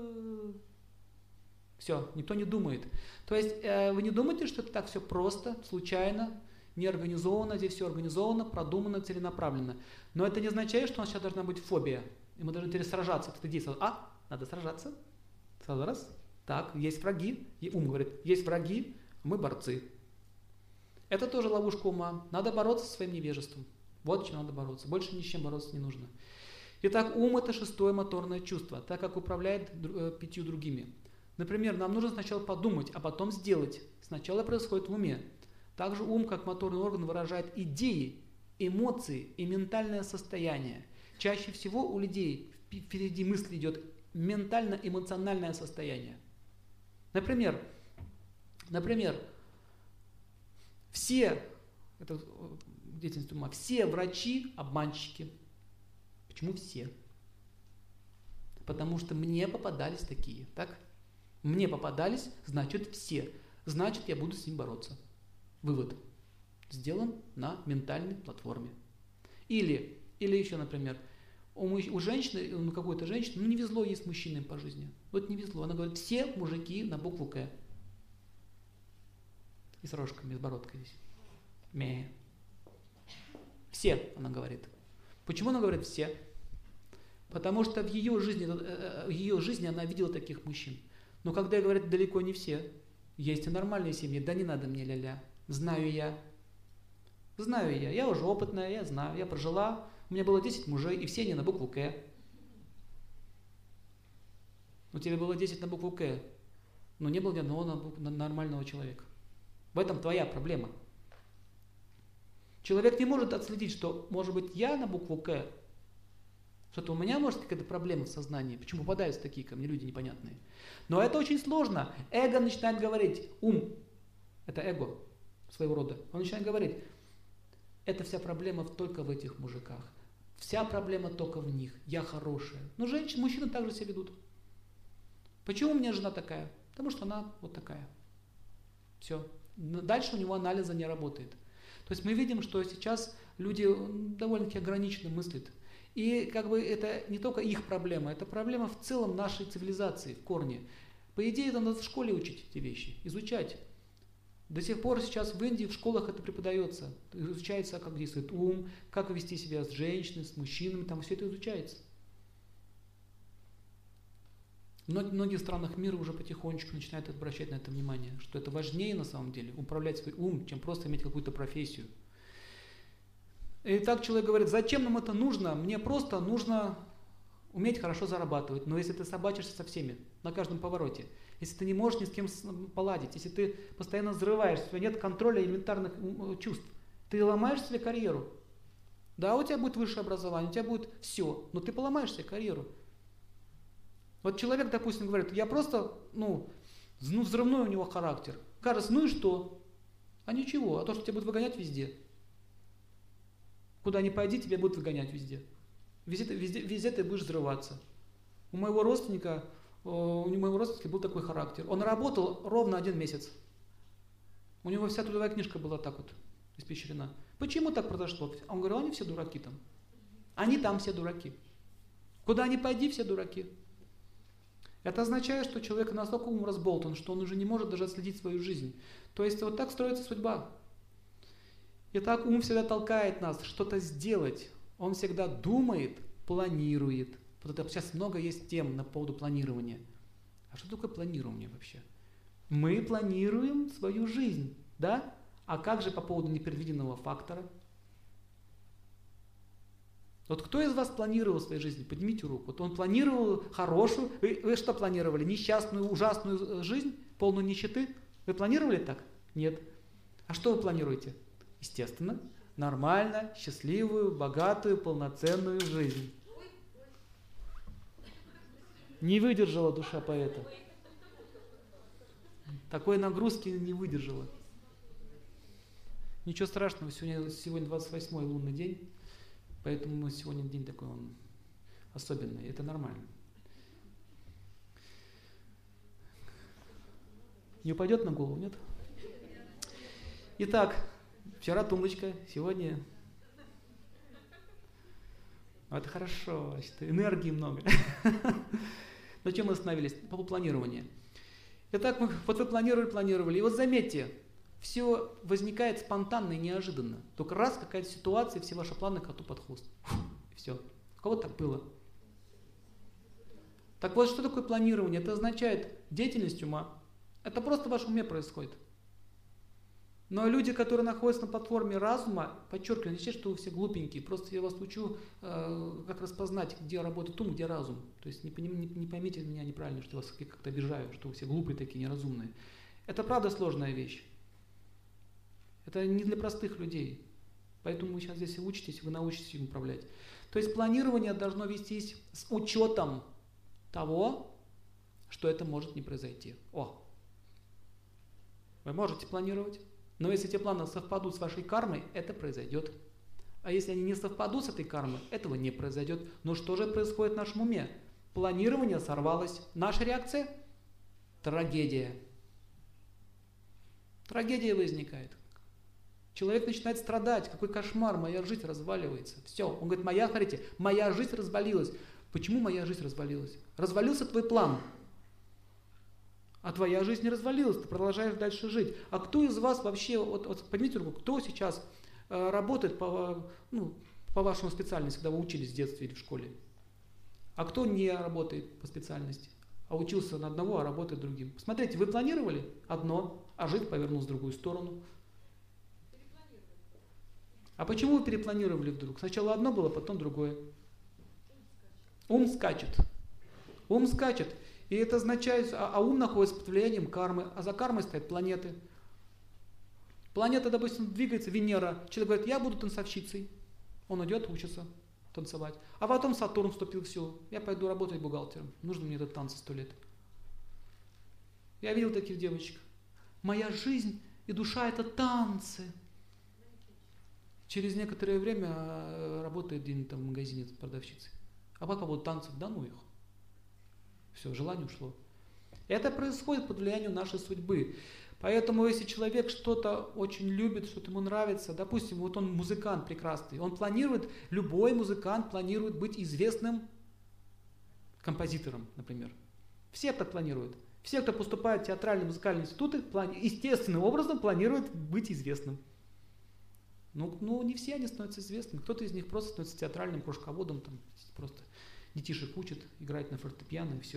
Все, никто не думает. То есть э, вы не думаете, что это так все просто, случайно, не организовано, здесь все организовано, продумано, целенаправленно. Но это не означает, что у нас сейчас должна быть фобия. И мы должны теперь сражаться. Это действие. А, надо сражаться. Сразу раз. Так, есть враги. И ум говорит, есть враги, мы борцы. Это тоже ловушка ума. Надо бороться со своим невежеством. Вот чем надо бороться. Больше ни с чем бороться не нужно. Итак, ум – это шестое моторное чувство, так как управляет пятью другими. Например, нам нужно сначала подумать, а потом сделать. Сначала происходит в уме. Также ум, как моторный орган, выражает идеи, эмоции и ментальное состояние. Чаще всего у людей впереди мысли идет ментально-эмоциональное состояние. Например, например, все, это деятельность ума, все врачи обманщики. Почему все? Потому что мне попадались такие, так? Мне попадались, значит все. Значит, я буду с ним бороться. Вывод сделан на ментальной платформе. Или, или еще, например, у, у женщины, у какой-то женщины, ну не везло ей с мужчиной по жизни. Вот не везло. Она говорит, все мужики на букву К. И с рожками, с бородкой здесь. Ме. Все, она говорит. Почему она говорит все? Потому что в ее жизни, в ее жизни она видела таких мужчин. Но когда говорят далеко не все, есть и нормальные семьи, да не надо мне ля-ля. Знаю я. Знаю я. Я уже опытная, я знаю. Я прожила. У меня было десять мужей, и все они на букву К. У тебя было десять на букву К, но не было ни одного на букву, на нормального человека. В этом твоя проблема. Человек не может отследить, что, может быть, я на букву К, что-то у меня может какая-то проблема в сознании. Почему попадаются такие ко мне люди непонятные? Но это очень сложно. Эго начинает говорить. Ум. Это эго своего рода. Он начинает говорить. Это вся проблема только в этих мужиках. Вся проблема только в них. Я хорошая. Но женщины, мужчины также себя ведут. Почему у меня жена такая? Потому что она вот такая. Все. Дальше у него анализа не работает. То есть мы видим, что сейчас люди довольно-таки ограниченно мыслят. И как бы это не только их проблема, это проблема в целом нашей цивилизации, в корне. По идее, это надо в школе учить эти вещи, изучать. До сих пор сейчас в Индии в школах это преподается. Изучается, как действует ум, как вести себя с женщиной, с мужчинами, там все это изучается. В многих странах мира уже потихонечку начинают обращать на это внимание, что это важнее на самом деле, управлять свой ум, чем просто иметь какую-то профессию. И так человек говорит, зачем нам это нужно? Мне просто нужно уметь хорошо зарабатывать. Но если ты собачишься со всеми, на каждом повороте, если ты не можешь ни с кем поладить, если ты постоянно взрываешься, у тебя нет контроля элементарных чувств, ты ломаешь себе карьеру. Да, у тебя будет высшее образование, у тебя будет все, но ты поломаешь себе карьеру. Вот человек, допустим, говорит, я просто, ну, ну взрывной у него характер. Кажется, ну и что? А ничего, а то, что тебя будут выгонять везде. Куда ни пойди, тебя будут выгонять везде. Везде, везде, везде ты будешь взрываться. У моего родственника, у моего родственника был такой характер. Он работал ровно один месяц. У него вся трудовая книжка была так вот испещрена. Почему так произошло? Он говорил, они все дураки там. Они там все дураки. Куда ни пойди, все дураки. Это означает, что человек настолько ум разболтан, что он уже не может даже отследить свою жизнь. То есть вот так строится судьба. Итак, ум всегда толкает нас что-то сделать. Он всегда думает, планирует. Вот это сейчас много есть тем на поводу планирования. А что такое планирование вообще? Мы планируем свою жизнь, да? А как же по поводу непредвиденного фактора? Вот кто из вас планировал в своей жизни? Поднимите руку. Вот он планировал хорошую. Вы, вы что планировали? Несчастную, ужасную жизнь, полную нищеты? Вы планировали так? Нет. А что вы планируете? Естественно, нормально, счастливую, богатую, полноценную жизнь. Не выдержала душа поэта. Такой нагрузки не выдержала. Ничего страшного, сегодня, сегодня двадцать восьмой лунный день, поэтому сегодня день такой он особенный, это нормально. Не упадет на голову, нет? Итак, вчера тумбочка, сегодня... Это хорошо, энергии много. На чем мы остановились? По планированию. Итак, мы, вот вы планировали, планировали, и вот заметьте, все возникает спонтанно и неожиданно. Только раз какая-то ситуация, и все ваши планы коту под хвост. И все. У кого так было? Так вот, что такое планирование? Это означает деятельность ума. Это просто в вашем уме происходит. Но люди, которые находятся на платформе разума, подчеркиваю, не означает, что вы все глупенькие. Просто я вас учу, э, как распознать, где работает ум, где разум. То есть не, не, не поймите меня неправильно, что я вас как-то обижаю, что вы все глупые такие, неразумные. Это правда сложная вещь. Это не для простых людей. Поэтому вы сейчас здесь и учитесь, вы научитесь им управлять. То есть планирование должно вестись с учетом того, что это может не произойти. О! Вы можете планировать, но если эти планы совпадут с вашей кармой, это произойдет. А если они не совпадут с этой кармой, этого не произойдет. Но что же происходит в нашем уме? Планирование сорвалось. Наша реакция? Трагедия. Трагедия возникает. Человек начинает страдать. Какой кошмар, моя жизнь разваливается. Все. Он говорит, моя, смотрите, моя жизнь развалилась. Почему моя жизнь развалилась? Развалился твой план. А твоя жизнь не развалилась, ты продолжаешь дальше жить. А кто из вас вообще, вот, вот поднимите руку, кто сейчас э, работает по, ну, по вашему специальности, когда вы учились в детстве или в школе? А кто не работает по специальности, а учился на одного, а работает другим? Смотрите, вы планировали одно, а жизнь повернулась в другую сторону. А почему вы перепланировали вдруг? Сначала одно было, потом другое. Ум скачет. Ум скачет. И это означает, а, а ум находится под влиянием кармы, а за кармой стоят планеты. Планета, допустим, двигается, Венера. Человек говорит, я буду танцовщицей. Он идет, учится танцевать. А потом Сатурн вступил, все, я пойду работать бухгалтером. Нужно мне этот танцы сто лет. Я видел таких девочек. Моя жизнь и душа это танцы. Через некоторое время работает где-нибудь там в магазине продавщицей. А пока будут танцы, да ну их. Все, желание ушло. Это происходит под влиянием нашей судьбы. Поэтому, если человек что-то очень любит, что-то ему нравится, допустим, вот он музыкант прекрасный, он планирует, любой музыкант планирует быть известным композитором, например. Все так планируют. Все, кто поступает в театральные музыкальные институты, плани- естественным образом планируют быть известным. Ну, ну, не все они становятся известными. Кто-то из них просто становится театральным кружководом, там, просто детишек учат, играть на фортепиано и все.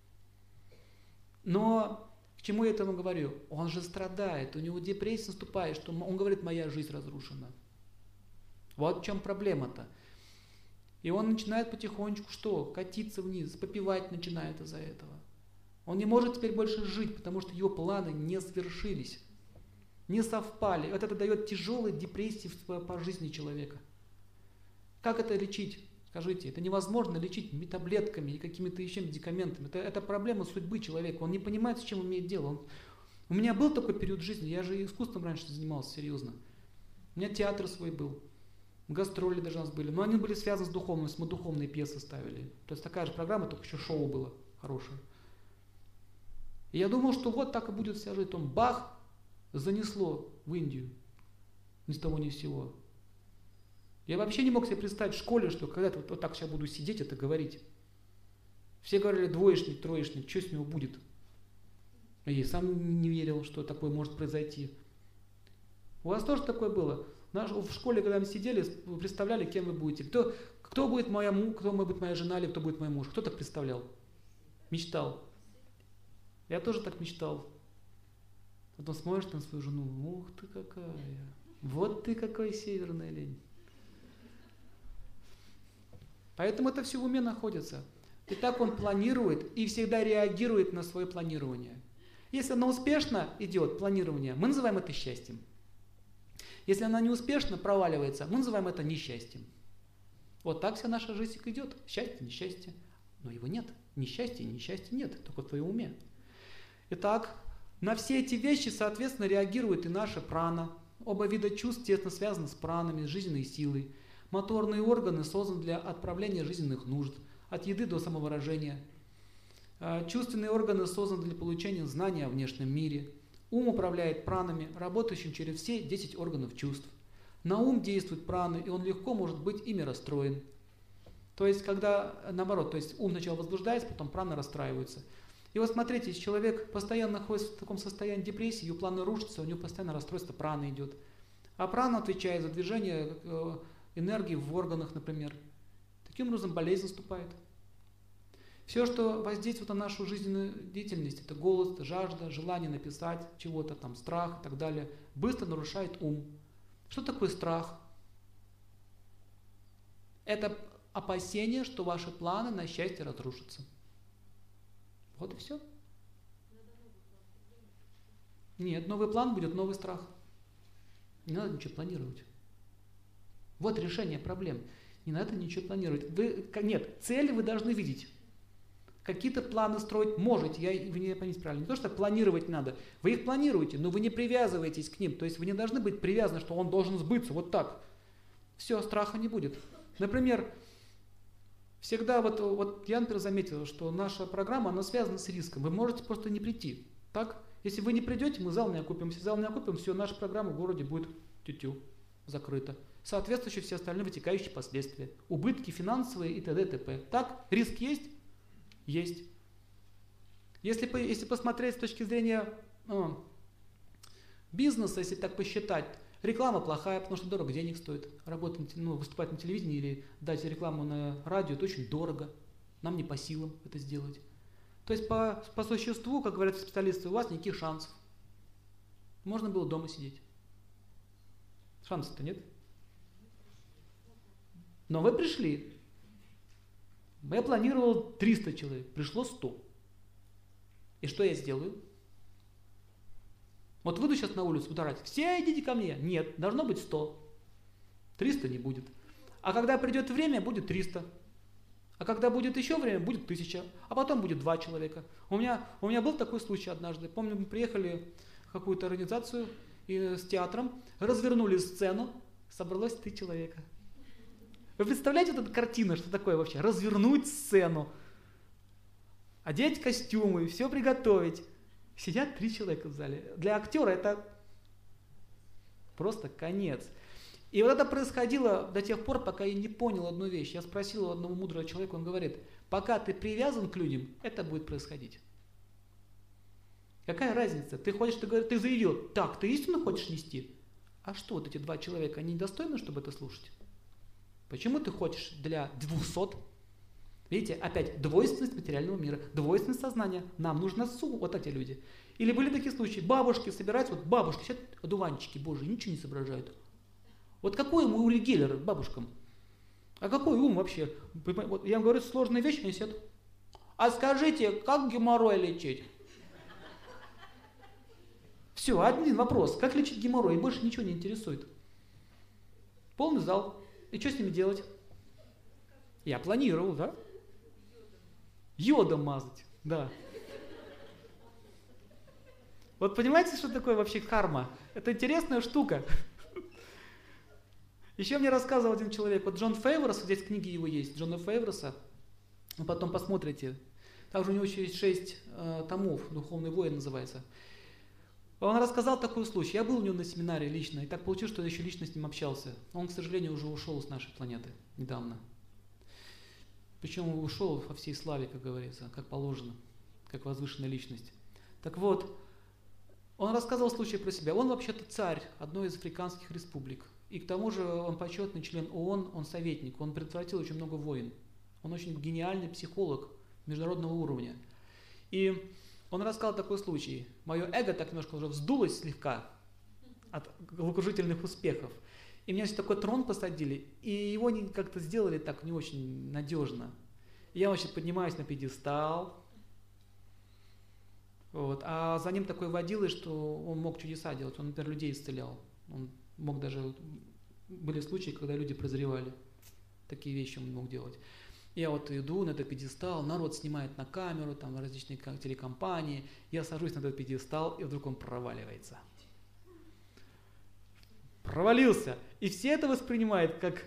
Но к чему я этому говорю? Он же страдает, у него депрессия наступает, что он говорит, моя жизнь разрушена. Вот в чем проблема-то. И он начинает потихонечку что? Катиться вниз, попивать начинает из-за этого. Он не может теперь больше жить, потому что его планы не свершились, не совпали. Вот это дает тяжелые депрессии по жизни человека. Как это лечить? Скажите, это невозможно лечить таблетками и какими-то еще медикаментами. Это, это проблема судьбы человека. Он не понимает, с чем имеет дело. Он... У меня был такой период жизни, я же искусством раньше занимался, серьезно. У меня театр свой был, гастроли даже у нас были. Но они были связаны с духовностью, мы духовные пьесы ставили. То есть такая же программа, только еще шоу было хорошее. И я думал, что вот так и будет вся жизнь. Потом бах, занесло в Индию. Ни с того ни с сего. Я вообще не мог себе представить в школе, что когда-то вот, вот так сейчас буду сидеть, это говорить. Все говорили, двоечник, троечник, что с него будет? Я сам не верил, что такое может произойти. У вас тоже такое было? В школе, когда мы сидели, вы представляли, кем вы будете. Кто, кто будет моя, кто будет моя жена или кто будет мой муж? Кто так представлял? Мечтал. Я тоже так мечтал. Потом смотришь на свою жену, ух ты какая, вот ты какой северный олень. Поэтому это все в уме находится. И так он планирует и всегда реагирует на свое планирование. Если оно успешно идет, планирование, мы называем это счастьем. Если оно неуспешно проваливается, мы называем это несчастьем. Вот так вся наша жизнь идет. Счастье, несчастье. Но его нет. Несчастья и несчастья нет, только в твоем уме. Итак, на все эти вещи, соответственно, реагирует и наша прана. Оба вида чувств тесно связаны с пранами, с жизненной силой. Моторные органы созданы для отправления жизненных нужд, от еды до самовыражения. Чувственные органы созданы для получения знания о внешнем мире. Ум управляет пранами, работающим через все десять органов чувств. На ум действуют праны, и он легко может быть ими расстроен. То есть, когда, наоборот, то есть ум сначала возбуждается, потом праны расстраиваются. И вот смотрите, если человек постоянно находится в таком состоянии депрессии, ее планы рушатся, у него постоянно расстройство праны идет. А прана отвечает за движение энергии в органах, например. Таким образом болезнь наступает. Все, что воздействует на нашу жизненную деятельность, это голод, жажда, желание написать чего-то, там, страх и так далее, быстро нарушает ум. Что такое страх? Это опасение, что ваши планы на счастье разрушатся. Вот и все. Нет, новый план будет новый страх. Не надо ничего планировать. Вот решение проблем. Не надо ничего планировать. Вы, нет, цели вы должны видеть. Какие-то планы строить можете, я, вы не поймите правильно, не то, что планировать надо, вы их планируете, но вы не привязываетесь к ним, то есть вы не должны быть привязаны, что он должен сбыться, вот так. Все, страха не будет. Например, всегда, вот, вот я, например, заметил, что наша программа, она связана с риском, вы можете просто не прийти, так? Если вы не придете, мы зал не окупим, если зал не окупим, все, наша программа в городе будет тю-тю, закрыта. Соответствующие все остальные вытекающие последствия, убытки финансовые и т.д. и т.п. Так, риск есть? Есть. Если, если посмотреть с точки зрения э, бизнеса, если так посчитать, реклама плохая, потому что дорого денег стоит. Работать, ну, выступать на телевидении или дать рекламу на радио, это очень дорого. Нам не по силам это сделать. То есть по, по существу, как говорят специалисты, у вас никаких шансов. Можно было дома сидеть. Шансов-то нет. Но вы пришли. Я планировал триста человек, пришло сто. И что я сделаю? Вот выйду сейчас на улицу, буду орать, все идите ко мне. Нет, должно быть сто. триста не будет. А когда придет время, будет триста. А когда будет еще время, будет тысяча. А потом будет два человека. У меня, у меня был такой случай однажды. Помню, мы приехали в какую-то организацию и, с театром, развернули сцену, собралось три человека. Вы представляете вот эту картину, что такое вообще? Развернуть сцену, одеть костюмы, все приготовить. Сидят три человека в зале. Для актера это просто конец. И вот это происходило до тех пор, пока я не понял одну вещь. Я спросил у одного мудрого человека, он говорит, пока ты привязан к людям, это будет происходить. Какая разница? Ты ходишь, ты, говоришь, ты заявил, так, ты истину хочешь нести? А что вот эти два человека, они недостойны, чтобы это слушать? Почему ты хочешь для двухсот? Видите, опять двойственность материального мира, двойственность сознания. Нам нужно су, вот эти люди. Или были такие случаи, бабушки собираются, вот бабушки сидят, одуванчики божьи, ничего не соображают. Вот какой ум у Ури Геллера бабушкам? А какой ум вообще? Вот я вам говорю сложные вещи, они сидят. А скажите, как геморрой лечить? Все, один вопрос. Как лечить геморрой? И больше ничего не интересует. Полный зал. И что с ними делать? Я планировал, да? Йодом мазать, да. Вот понимаете, что такое вообще карма? Это интересная штука. Еще мне рассказывал один человек, вот Джон Фейворс, здесь книги его есть, Джона Фейворса, вы потом посмотрите. Также у него еще есть шесть э, томов, «Духовный воин» называется. Он рассказал такой случай. Я был у него на семинаре лично, и так получилось, что я еще лично с ним общался. Он, к сожалению, уже ушел с нашей планеты недавно. Причем он ушел во всей славе, как говорится, как положено, как возвышенная личность. Так вот, он рассказывал случай про себя. Он вообще-то царь одной из африканских республик. И к тому же он почетный член ООН, он советник, он предотвратил очень много войн. Он очень гениальный психолог международного уровня. И он рассказал такой случай. Мое эго так немножко уже вздулось слегка от головокружительных успехов. И меня все такой трон посадили, и его как-то сделали так не очень надежно. Я вообще поднимаюсь на пьедестал, вот, а за ним такой водилы, что он мог чудеса делать, он, например, людей исцелял. Он мог даже, были случаи, когда люди прозревали. Такие вещи он мог делать. Я вот иду на этот пьедестал, народ снимает на камеру, там различные телекомпании, я сажусь на этот пьедестал, и вдруг он проваливается. Провалился. И все это воспринимают как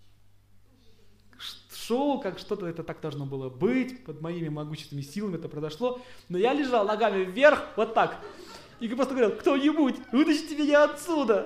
шоу, как что-то это так должно было быть, под моими могущественными силами это произошло. Но я лежал ногами вверх, вот так. И просто говорил: кто-нибудь, вытащите меня отсюда.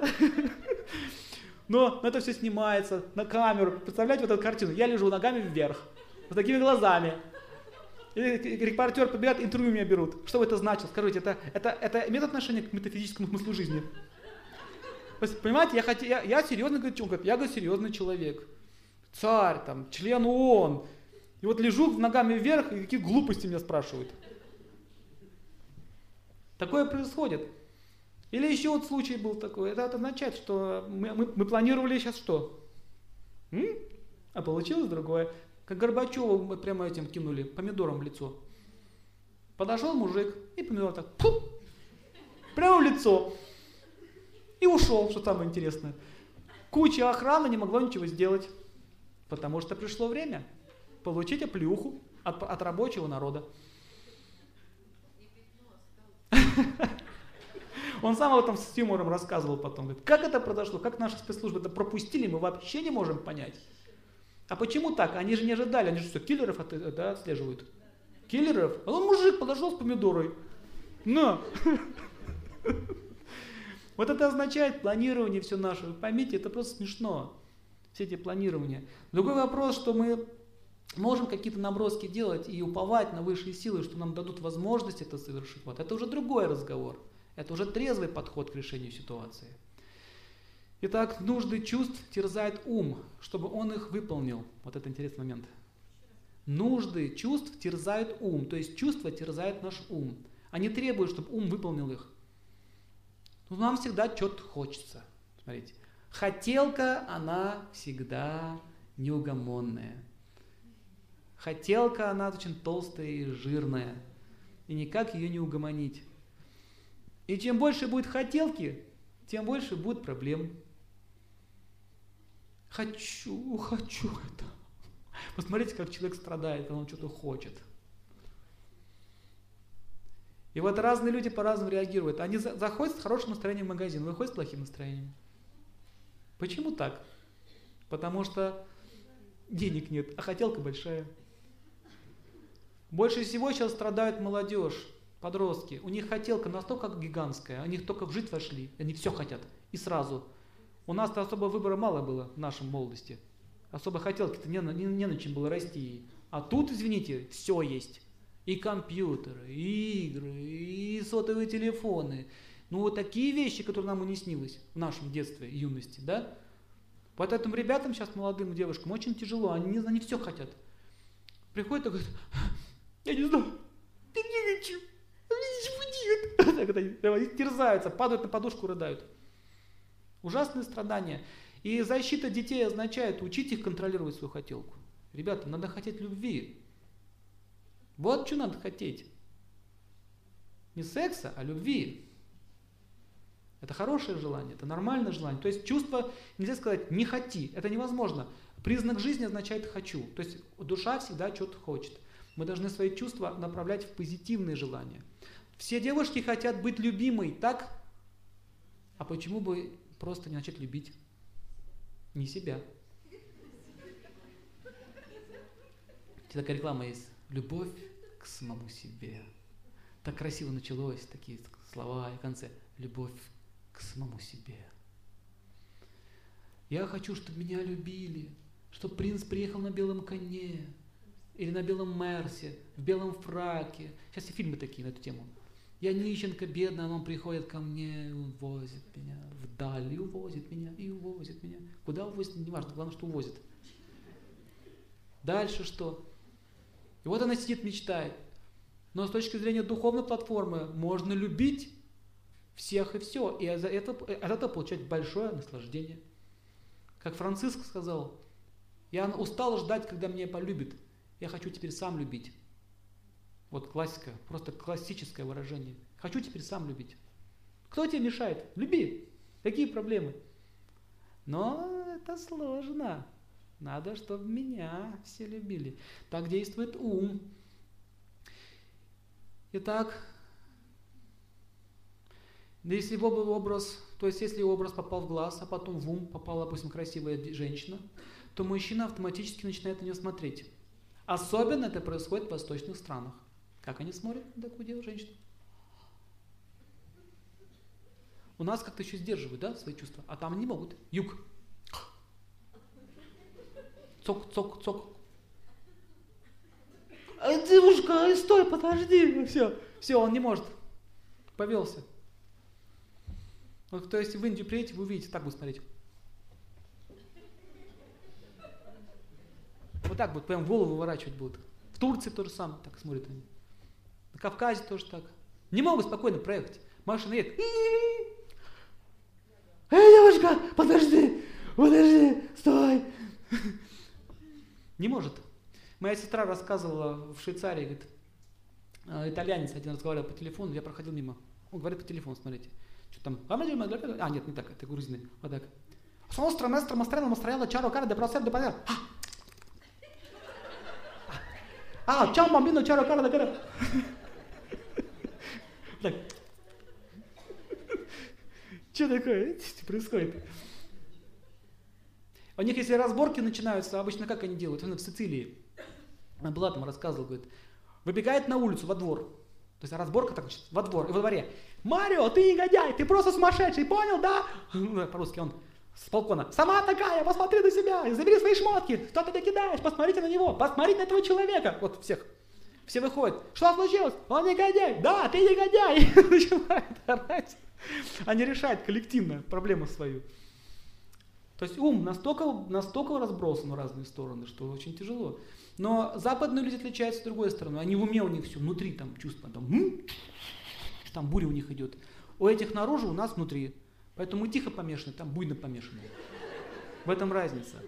Но это все снимается на камеру. Представляете вот эту картину? Я лежу ногами вверх, с такими глазами. И репортер подбегает, интервью меня берут. Что бы это значило? Скажите, это, это, это имеет отношение к метафизическому смыслу жизни? Понимаете, я, хот... я, я серьезный, говорит, он говорит, я говорит, серьезный человек. Царь, там, член ООН. И вот лежу ногами вверх, и какие глупости меня спрашивают. Такое происходит. Или еще вот случай был такой. Это, это означает, что мы, мы, мы планировали сейчас что? М? А получилось другое. Как Горбачеву мы прямо этим кинули, помидором в лицо. Подошел мужик и помидор так, пуп, прямо в лицо. И ушел, что самое интересное. Куча охраны не могла ничего сделать. Потому что пришло время получить оплеуху от, от рабочего народа. Он сам об этом с юмором рассказывал потом. Говорит, как это произошло, как наши спецслужбы это пропустили, мы вообще не можем понять. А почему так? Они же не ожидали, они же что, киллеров от, да, отслеживают? Киллеров? А он мужик подошел с помидорой. На! Вот это означает планирование все наше. Вы поймите, это просто смешно. Все эти планирования. Другой вопрос, что мы можем какие-то наброски делать и уповать на высшие силы, что нам дадут возможность это совершить. Вот это уже другой разговор. Это уже трезвый подход к решению ситуации. Итак, нужды чувств терзает ум, чтобы он их выполнил. Вот это интересный момент. Нужды чувств терзают ум, то есть чувства терзают наш ум. Они требуют, чтобы ум выполнил их. Но нам всегда что-то хочется. Смотрите. Хотелка, она всегда неугомонная. Хотелка, она очень толстая и жирная. И никак ее не угомонить. И чем больше будет хотелки, тем больше будет проблем. Хочу, хочу это. Посмотрите, как человек страдает, когда он что-то хочет. И вот разные люди по-разному реагируют. Они за- заходят с хорошим настроением в магазин, выходят с плохим настроением. Почему так? Потому что денег нет, а хотелка большая. Больше всего сейчас страдает молодежь, подростки. У них хотелка настолько гигантская, они только в жизнь вошли, они все хотят. И сразу. У нас-то особо выбора мало было в нашей молодости. Особо хотелки-то не, не, не на чем было расти. А тут, извините, все есть. И компьютеры, и игры, и сотовые телефоны. Ну вот такие вещи, которые нам и не снилось в нашем детстве и юности, да? Вот этим ребятам сейчас, молодым девушкам, очень тяжело, они, они все хотят. Приходят и говорят, я не знаю, я не хочу, у меня ничего нет. Они терзаются, падают на подушку, рыдают. Ужасные страдания. И защита детей означает учить их контролировать свою хотелку. Ребята, надо хотеть любви. Вот что надо хотеть. Не секса, а любви. Это хорошее желание, это нормальное желание. То есть чувство, нельзя сказать «не хоти», это невозможно. Признак жизни означает «хочу». То есть душа всегда что-то хочет. Мы должны свои чувства направлять в позитивные желания. Все девушки хотят быть любимой, так? А почему бы просто не начать любить? Не себя. Такая реклама есть. Любовь к самому себе. Так красиво началось, такие слова и в конце. Любовь к самому себе. Я хочу, чтобы меня любили, чтобы принц приехал на белом коне, или на белом мерсе, в белом фраке. Сейчас и фильмы такие на эту тему. Я нищенка бедная, он приходит ко мне, увозит меня вдаль, и увозит меня, и увозит меня. Куда увозит, не важно, главное, что увозит. Дальше что? И вот она сидит, мечтает. Но с точки зрения духовной платформы можно любить всех и все, и за это, от этого получать большое наслаждение. Как Франциск сказал, я устал ждать, когда меня полюбят. Я хочу теперь сам любить. Вот классика, просто классическое выражение. Хочу теперь сам любить. Кто тебе мешает? Люби. Какие проблемы? Но это сложно. Надо, чтобы меня все любили. Так действует ум. Итак, если образ, то есть если образ попал в глаз, а потом в ум попала, допустим, красивая женщина, то мужчина автоматически начинает на нее смотреть. Особенно это происходит в восточных странах. Как они смотрят на такую женщину? У нас как-то еще сдерживают, да, свои чувства, а там не могут. Юг. Цок, цок, цок. А, девушка, стой, подожди. Все, все, он не может. Повелся. Вот, то есть в Индию приедете, вы увидите, так будет смотреть. Вот так будут, прям голову выворачивать будут. В Турции то же самое, так смотрят они. На Кавказе тоже так. Не могут спокойно проехать. Машина едет. Эй, девушка, подожди, подожди, стой. Не может. Моя сестра рассказывала в Швейцарии, говорит, итальянец один разговаривал по телефону, я проходил мимо. Он говорит по телефону, смотрите. Что там? А, нет, не так, это грузины. Вот так. Состро, местро, мастрело, мастрело, чаро, кара, де просер, де падер. А, чао, бомбино, чаро, кара, де кара. Так. Что такое происходит? У них, если разборки начинаются, обычно как они делают? В Сицилии. Была там, рассказывал, говорит, выбегает на улицу, во двор. То есть разборка так, значит, во двор, и во дворе. Марио, ты негодяй, ты просто сумасшедший, понял, да? По-русски он с балкона. Сама такая, посмотри на себя, забери свои шмотки, что ты кидаешь, посмотрите на него, посмотрите на этого человека. Вот всех. Все выходят. Что случилось? Он негодяй. Да, ты негодяй. Начинают орать. Они решают коллективно проблему свою. То есть ум настолько, настолько разбросан в разные стороны, что очень тяжело. Но западные люди отличаются с другой стороны. Они в уме, у них все внутри там чувства. Там, там буря у них идет. У этих наружу, у нас внутри. Поэтому мы тихо помешаны, там буйно помешаны. В этом разница.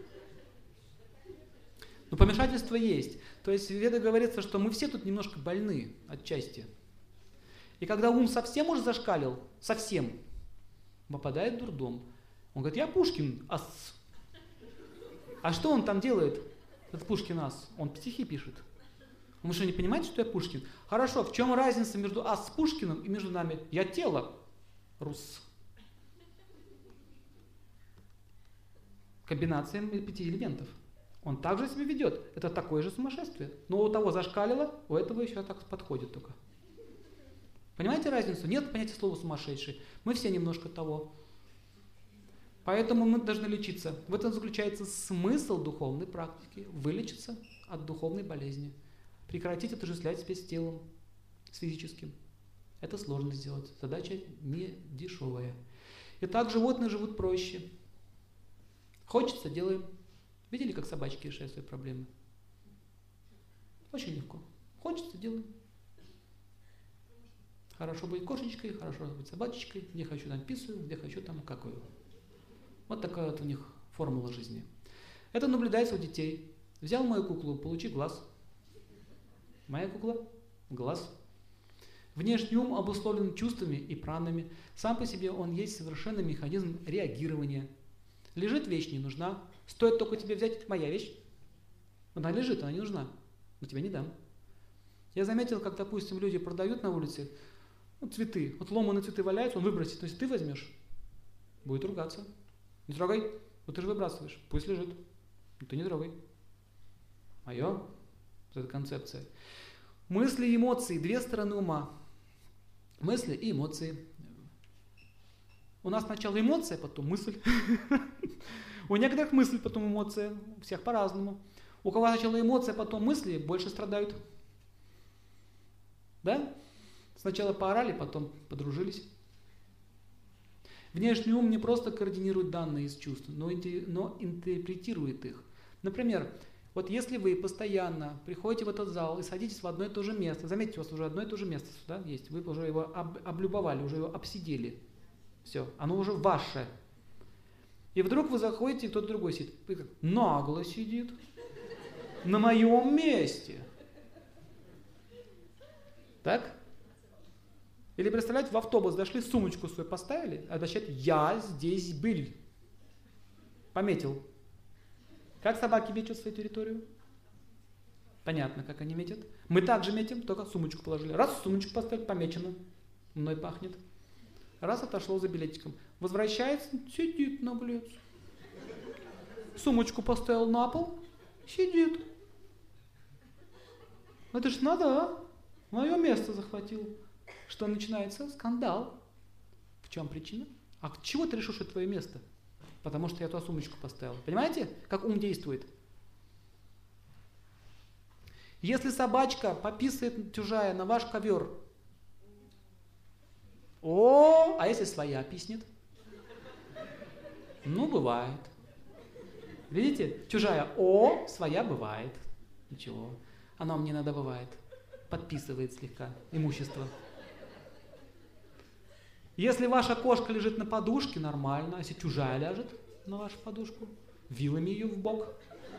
Но помешательство есть. То есть в Ведах говорится, что мы все тут немножко больны отчасти. И когда ум совсем уже зашкалил, совсем, попадает в дурдом. Он говорит, я Пушкин, ас. А что он там делает, этот Пушкин ас? Он стихи пишет. Вы что, не понимаете, что я Пушкин? Хорошо, в чем разница между ас с Пушкиным и между нами? Я тело, рус. Комбинация пяти элементов. Он также себя ведет. Это такое же сумасшествие. Но у того зашкалило, у этого еще так подходит только. Понимаете разницу? Нет понятия слова сумасшедший. Мы все немножко того. Поэтому мы должны лечиться. В этом заключается смысл духовной практики. Вылечиться от духовной болезни. Прекратить отождествлять себя с телом, с физическим. Это сложно сделать. Задача не дешевая. Итак, животные живут проще. Хочется, делаем. Видели, как собачки решают свои проблемы? Очень легко. Хочется, делаем. Хорошо быть кошечкой, хорошо быть собачечкой. Где хочу, там писаю, где хочу, там какую. Вот такая вот у них формула жизни. Это наблюдается у детей. Взял мою куклу, получи глаз. Моя кукла – глаз. Внешний ум обусловлен чувствами и пранами. Сам по себе он есть совершенный механизм реагирования. Лежит вещь, не нужна. Стоит только тебе взять, моя вещь. Она лежит, она не нужна. Но тебе не дам. Я заметил, как, допустим, люди продают на улице ну, цветы. Вот ломаные цветы валяются, он выбросит. Но если ты возьмешь, будет ругаться. Не трогай. Вот ты же выбрасываешь. Пусть лежит. Но ты не трогай. Мое. Вот эта концепция. Мысли и эмоции. Две стороны ума. Мысли и эмоции. У нас сначала эмоция, потом мысль. У некоторых мысль, потом эмоция. У всех по-разному. У кого сначала эмоция, потом мысли, больше страдают. Да? Сначала поорали, потом подружились. Внешний ум не просто координирует данные из чувств, но, но интерпретирует их. Например, вот если вы постоянно приходите в этот зал и садитесь в одно и то же место, заметьте, у вас уже одно и то же место сюда есть, вы уже его об, облюбовали, уже его обсидели. Все, оно уже ваше. И вдруг вы заходите, и кто-то другой сидит. Вы как, нагло сидит. На моем месте. Так? Или представляете, в автобус зашли, сумочку свою поставили, а значит, я здесь был. Пометил. Как собаки метят свою территорию? Понятно, как они метят. Мы также метим, только сумочку положили. Раз сумочку поставили, помечено. Мной пахнет. Раз отошло за билетиком. Возвращается, сидит наглец. Сумочку поставил на пол, сидит. Это ж надо, а? Мое место захватил. Что начинается? Скандал. В чем причина? А чего ты решил, что это твое место? Потому что я туда сумочку поставил. Понимаете, как ум действует? Если собачка пописает чужая на ваш ковер, о, а если своя писнет? Ну, бывает. Видите? Чужая о, своя бывает. Ничего. Оно мне иногда бывает. Подписывает слегка имущество. Если ваша кошка лежит на подушке, нормально. А если чужая ляжет на вашу подушку, вилами ее в бок.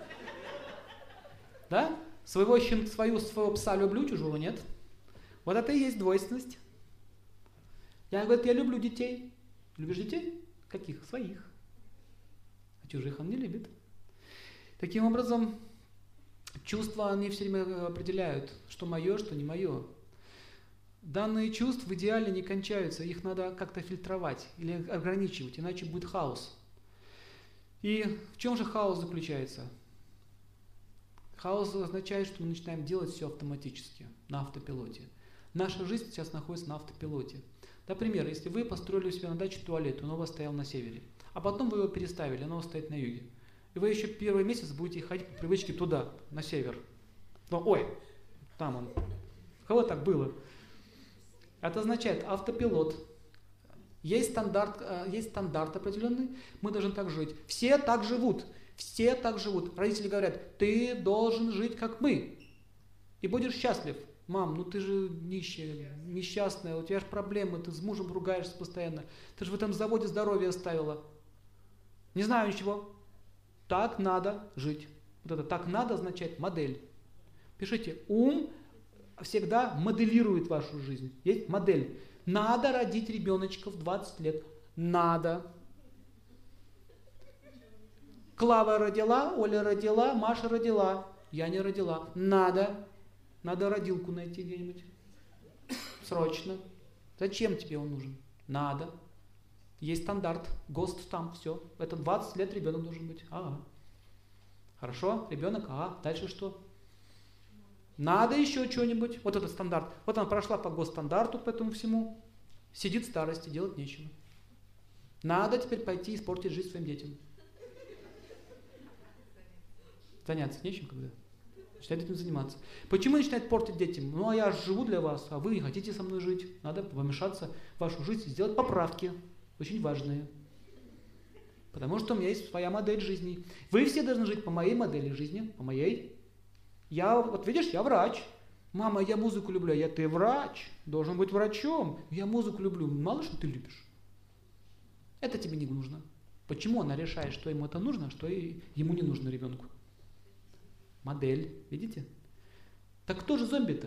Да? Своего, свою, своего пса люблю, чужого нет. Вот это и есть двойственность. Я говорю, я люблю детей. Любишь детей? Каких? Своих. А чужих он не любит. Таким образом, чувства, они все время определяют, что мое, что не мое. Данные чувства в идеале не кончаются, их надо как-то фильтровать или ограничивать, иначе будет хаос. И в чем же хаос заключается? Хаос означает, что мы начинаем делать все автоматически, на автопилоте. Наша жизнь сейчас находится на автопилоте. Например, если вы построили у себя на даче туалет, он у вас стоял на севере, а потом вы его переставили, он у вас стоит на юге. И вы еще первый месяц будете ходить по привычке туда, на север. Но, ой, там он. У кого так было? Это означает автопилот. Есть стандарт, есть стандарт определенный, мы должны так жить. Все так живут. Все так живут. Родители говорят, ты должен жить как мы. И будешь счастлив. Мам, ну ты же нищая, несчастная, у тебя же проблемы, ты с мужем ругаешься постоянно. Ты же в этом заводе здоровье оставила. Не знаю ничего. Так надо жить. Вот это так надо означает модель. Пишите, ум всегда моделирует вашу жизнь. Есть модель. Надо родить ребеночка в двадцать лет. Надо. Клава родила, Оля родила, Маша родила. Я не родила. Надо. Надо родилку найти где-нибудь. Срочно. Зачем тебе он нужен? Надо. Есть стандарт. ГОСТ там, все. Это двадцать лет ребенок должен быть. Ага. Хорошо, ребенок, ага. Дальше что? Надо еще что-нибудь. Вот этот стандарт. Вот она прошла по госстандарту, по этому всему. Сидит в старости, делать нечего. Надо теперь пойти испортить жизнь своим детям. Заняться нечем когда? Начинает этим заниматься. Почему начинает портить детям? Ну, а я живу для вас, а вы не хотите со мной жить. Надо вмешаться в вашу жизнь и сделать поправки. Очень важные. Потому что у меня есть своя модель жизни. Вы все должны жить по моей модели жизни, по моей. Я, вот видишь, я врач. Мама, я музыку люблю. Я, ты врач, должен быть врачом. Я музыку люблю. Мало что ты любишь. Это тебе не нужно. Почему она решает, что ему это нужно, а что ему не нужно ребенку? Модель, видите? Так кто же зомби-то?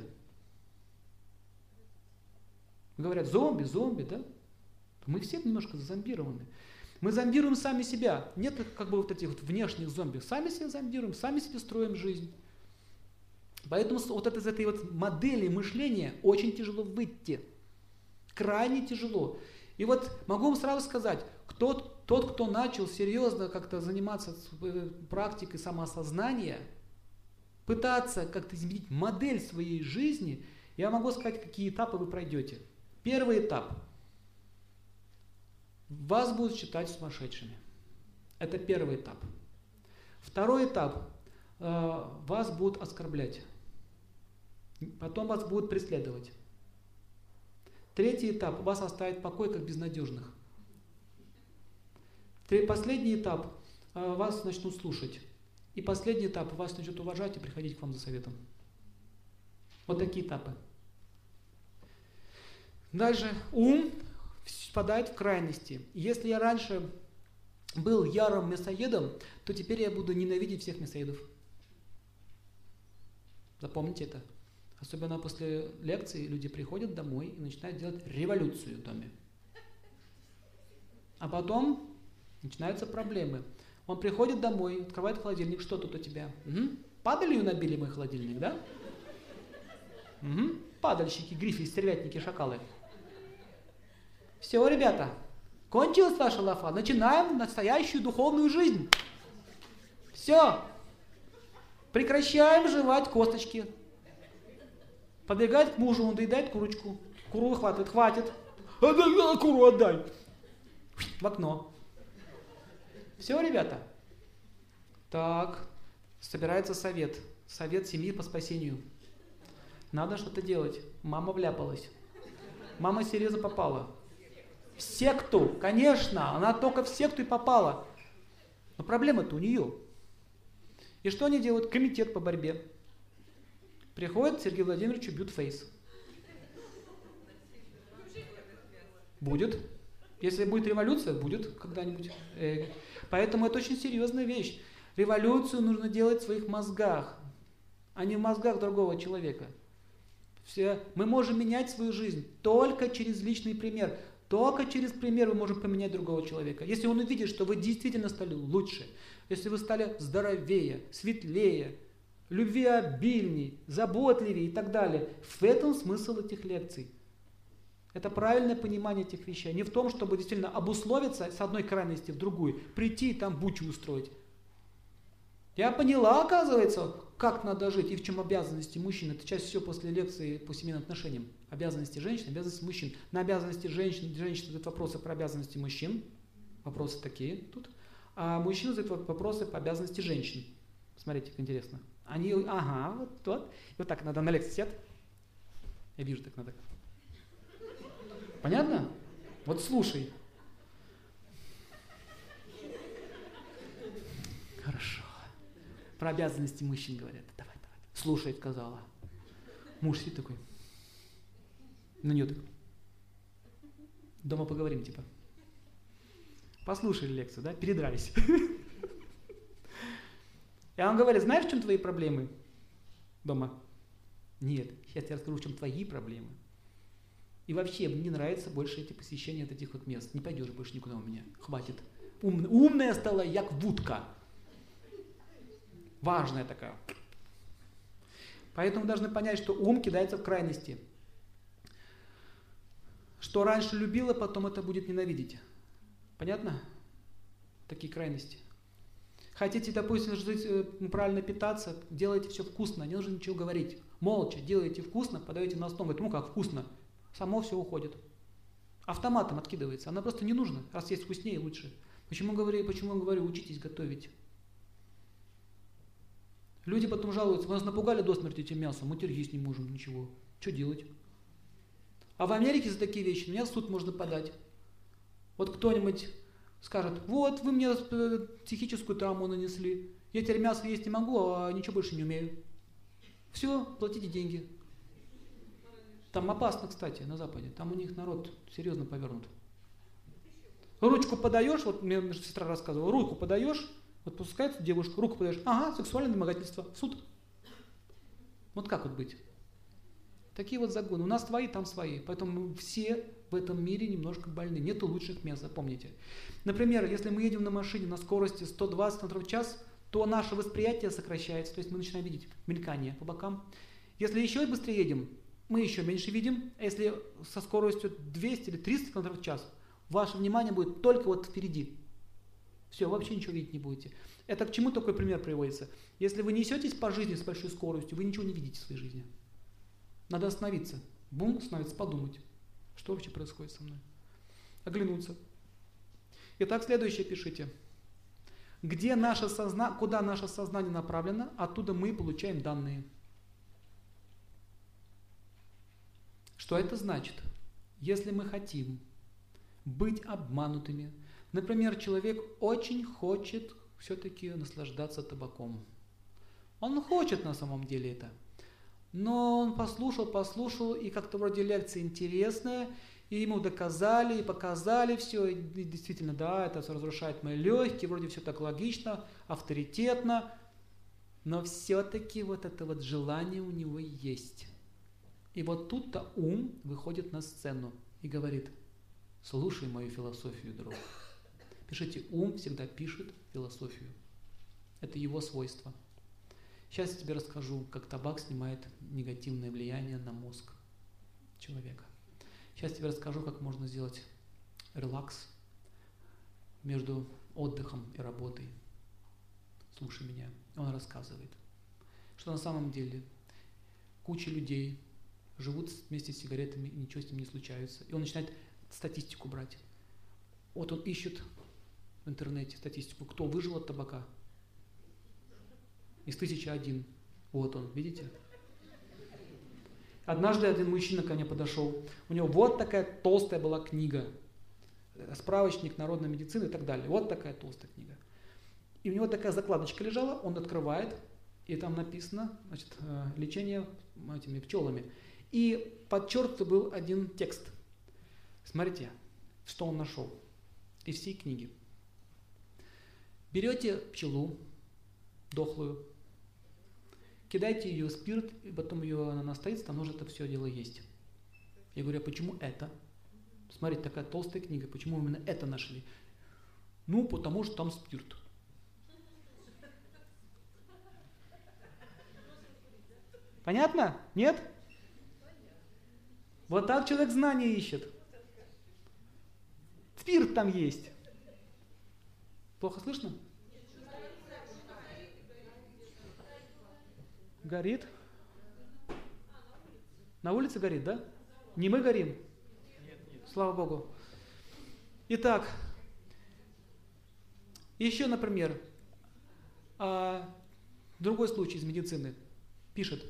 Говорят, зомби, зомби, да? Мы все немножко зомбированы. Мы зомбируем сами себя. Нет как бы вот этих вот внешних зомби. Сами себя зомбируем, сами себе строим жизнь. Поэтому вот это, из этой вот модели мышления очень тяжело выйти. Крайне тяжело. И вот могу вам сразу сказать, кто, тот, кто начал серьезно как-то заниматься практикой самоосознания, пытаться как-то изменить модель своей жизни, я могу сказать, какие этапы вы пройдете. Первый этап. Вас будут считать сумасшедшими. Это первый этап. Второй этап. Вас будут оскорблять. Потом вас будут преследовать. Третий этап. Вас оставят в покое как безнадежных. Последний этап. Вас начнут слушать. И последний этап. Вас начнут уважать и приходить к вам за советом. Вот такие этапы. Дальше. Ум впадает в крайности. Если я раньше был ярым мясоедом, то теперь я буду ненавидеть всех мясоедов. Запомните это. Особенно после лекции люди приходят домой и начинают делать революцию в доме. А потом начинаются проблемы. Он приходит домой, открывает холодильник. Что тут у тебя? Угу. Падалью набили мой холодильник, да? Угу. Падальщики, грифи, стервятники, шакалы. Все, ребята, кончилась ваша лафа. Начинаем настоящую духовную жизнь. Все. Прекращаем жевать косточки. Подбегает к мужу, он доедает курочку. Куру выхватывает, хватит. Куру отдай. В окно. Все, ребята. Так, собирается совет. Совет семьи по спасению. Надо что-то делать. Мама вляпалась. Мама серьезно попала. В секту, конечно, она только в секту и попала. Но проблема-то у нее. И что они делают? Комитет по борьбе. Приходит Сергей Владимирович, бьют фейс. Будет. Если будет революция, будет когда-нибудь. Поэтому это очень серьезная вещь. Революцию нужно делать в своих мозгах, а не в мозгах другого человека. Все. Мы можем менять свою жизнь только через личный пример. Только через пример мы можем поменять другого человека. Если он увидит, что вы действительно стали лучше, если вы стали здоровее, светлее, любвеобильней, заботливее и так далее. В этом смысл этих лекций. Это правильное понимание этих вещей. Не в том, чтобы действительно обусловиться с одной крайности в другую, прийти и там бучу устроить. Я поняла, оказывается, как надо жить и в чем обязанности мужчин. Это чаще всего после лекции по семейным отношениям. Обязанности женщин, обязанности мужчин. На обязанности женщин, женщин задают вопросы про обязанности мужчин. Вопросы такие тут. А мужчины задают вопросы по обязанности женщин. Смотрите, как интересно. Они, ага, вот, вот. И вот так надо на лекции сидят. Я вижу, так надо. Понятно? Вот слушай. Хорошо. Про обязанности мужчин говорят. Давай, давай. Слушай, сказала. Муж сидит такой. На нее так. Дома поговорим, типа. Послушали лекцию, да? Передрались. И он говорит, знаешь, в чем твои проблемы дома? Нет, сейчас я расскажу, в чем твои проблемы. И вообще, мне не нравится больше эти посещения от этих вот мест. Не пойдешь больше никуда у меня. Хватит. Ум, умная стала, як вудка. Важная такая. Поэтому должны понять, что ум кидается в крайности. Что раньше любила, потом это будет ненавидеть. Понятно? Такие крайности. Хотите, допустим, жить, правильно питаться, делайте все вкусно, не нужно ничего говорить. Молча делайте вкусно, подаете на стол, говорите, ну как вкусно. Само все уходит. Автоматом откидывается. Она просто не нужна, раз есть вкуснее и лучше. Почему говорю, почему говорю, учитесь готовить. Люди потом жалуются, вы нас напугали до смерти этим мясом, мы теперь есть не можем, ничего. Что делать? А в Америке за такие вещи меня в суд можно подать. Вот кто-нибудь скажет, вот вы мне психическую травму нанесли, я теперь мясо есть не могу, а ничего больше не умею. Все, платите деньги. Там опасно, кстати, на Западе. Там у них народ серьезно повернут. Ручку подаешь, вот мне сестра рассказывала, руку подаешь, вот пускается девушка, руку подаешь, ага, сексуальное домогательство, в суд. Вот как вот быть? Такие вот загоны. У нас свои, там свои. Поэтому мы все в этом мире немножко больны. Нету лучших мест, запомните. Например, если мы едем на машине на скорости сто двадцать километров в час, то наше восприятие сокращается, то есть мы начинаем видеть мелькание по бокам. Если еще быстрее едем, мы еще меньше видим. А если со скоростью двести или триста километров в час, ваше внимание будет только вот впереди. Все, вообще ничего видеть не будете. Это к чему такой пример приводится? Если вы несетесь по жизни с большой скоростью, вы ничего не видите в своей жизни. Надо остановиться. Бум, остановиться, подумать. Что вообще происходит со мной? Оглянуться. Итак, следующее пишите. Где наше созна... Куда наше сознание направлено, оттуда мы получаем данные. Что это значит? Если мы хотим быть обманутыми, например, человек очень хочет все-таки наслаждаться табаком. Он хочет на самом деле это. Но он послушал, послушал, и как-то вроде лекция интересная, И ему доказали, и показали все, и действительно, да, это разрушает мои легкие, вроде все так логично, авторитетно, но все-таки вот это вот желание у него есть. И вот тут-то ум выходит на сцену и говорит: слушай мою философию, друг. Пишите, ум всегда пишет философию. Это его свойство. Сейчас я тебе расскажу, как табак снимает негативное влияние на мозг человека. Сейчас я тебе расскажу, как можно сделать релакс между отдыхом и работой. Слушай меня. Он рассказывает, что на самом деле куча людей живут вместе с сигаретами, и ничего с ним не случается. И он начинает статистику брать. Вот он ищет в интернете статистику, кто выжил от табака. Из тысячи один. Вот он, видите? Однажды один мужчина ко мне подошел. У него вот такая толстая была книга. Справочник народной медицины и так далее. Вот такая толстая книга. И у него такая закладочка лежала, он открывает, и там написано, значит, лечение этими пчелами. И подчеркнут был один текст. Смотрите, что он нашел из всей книги. Берете пчелу дохлую, кидайте ее в спирт, и потом ее она настоится, там нужно это все дело есть. Я говорю: а почему это? Смотрите, такая толстая книга, почему именно это нашли? Ну, потому что там спирт. Понятно? Нет? Вот так человек знания ищет. Спирт там есть. Плохо слышно? Горит. На улице горит, да? Не мы горим? Нет, нет. Слава Богу. Итак, еще, например, другой случай из медицины. Пишет.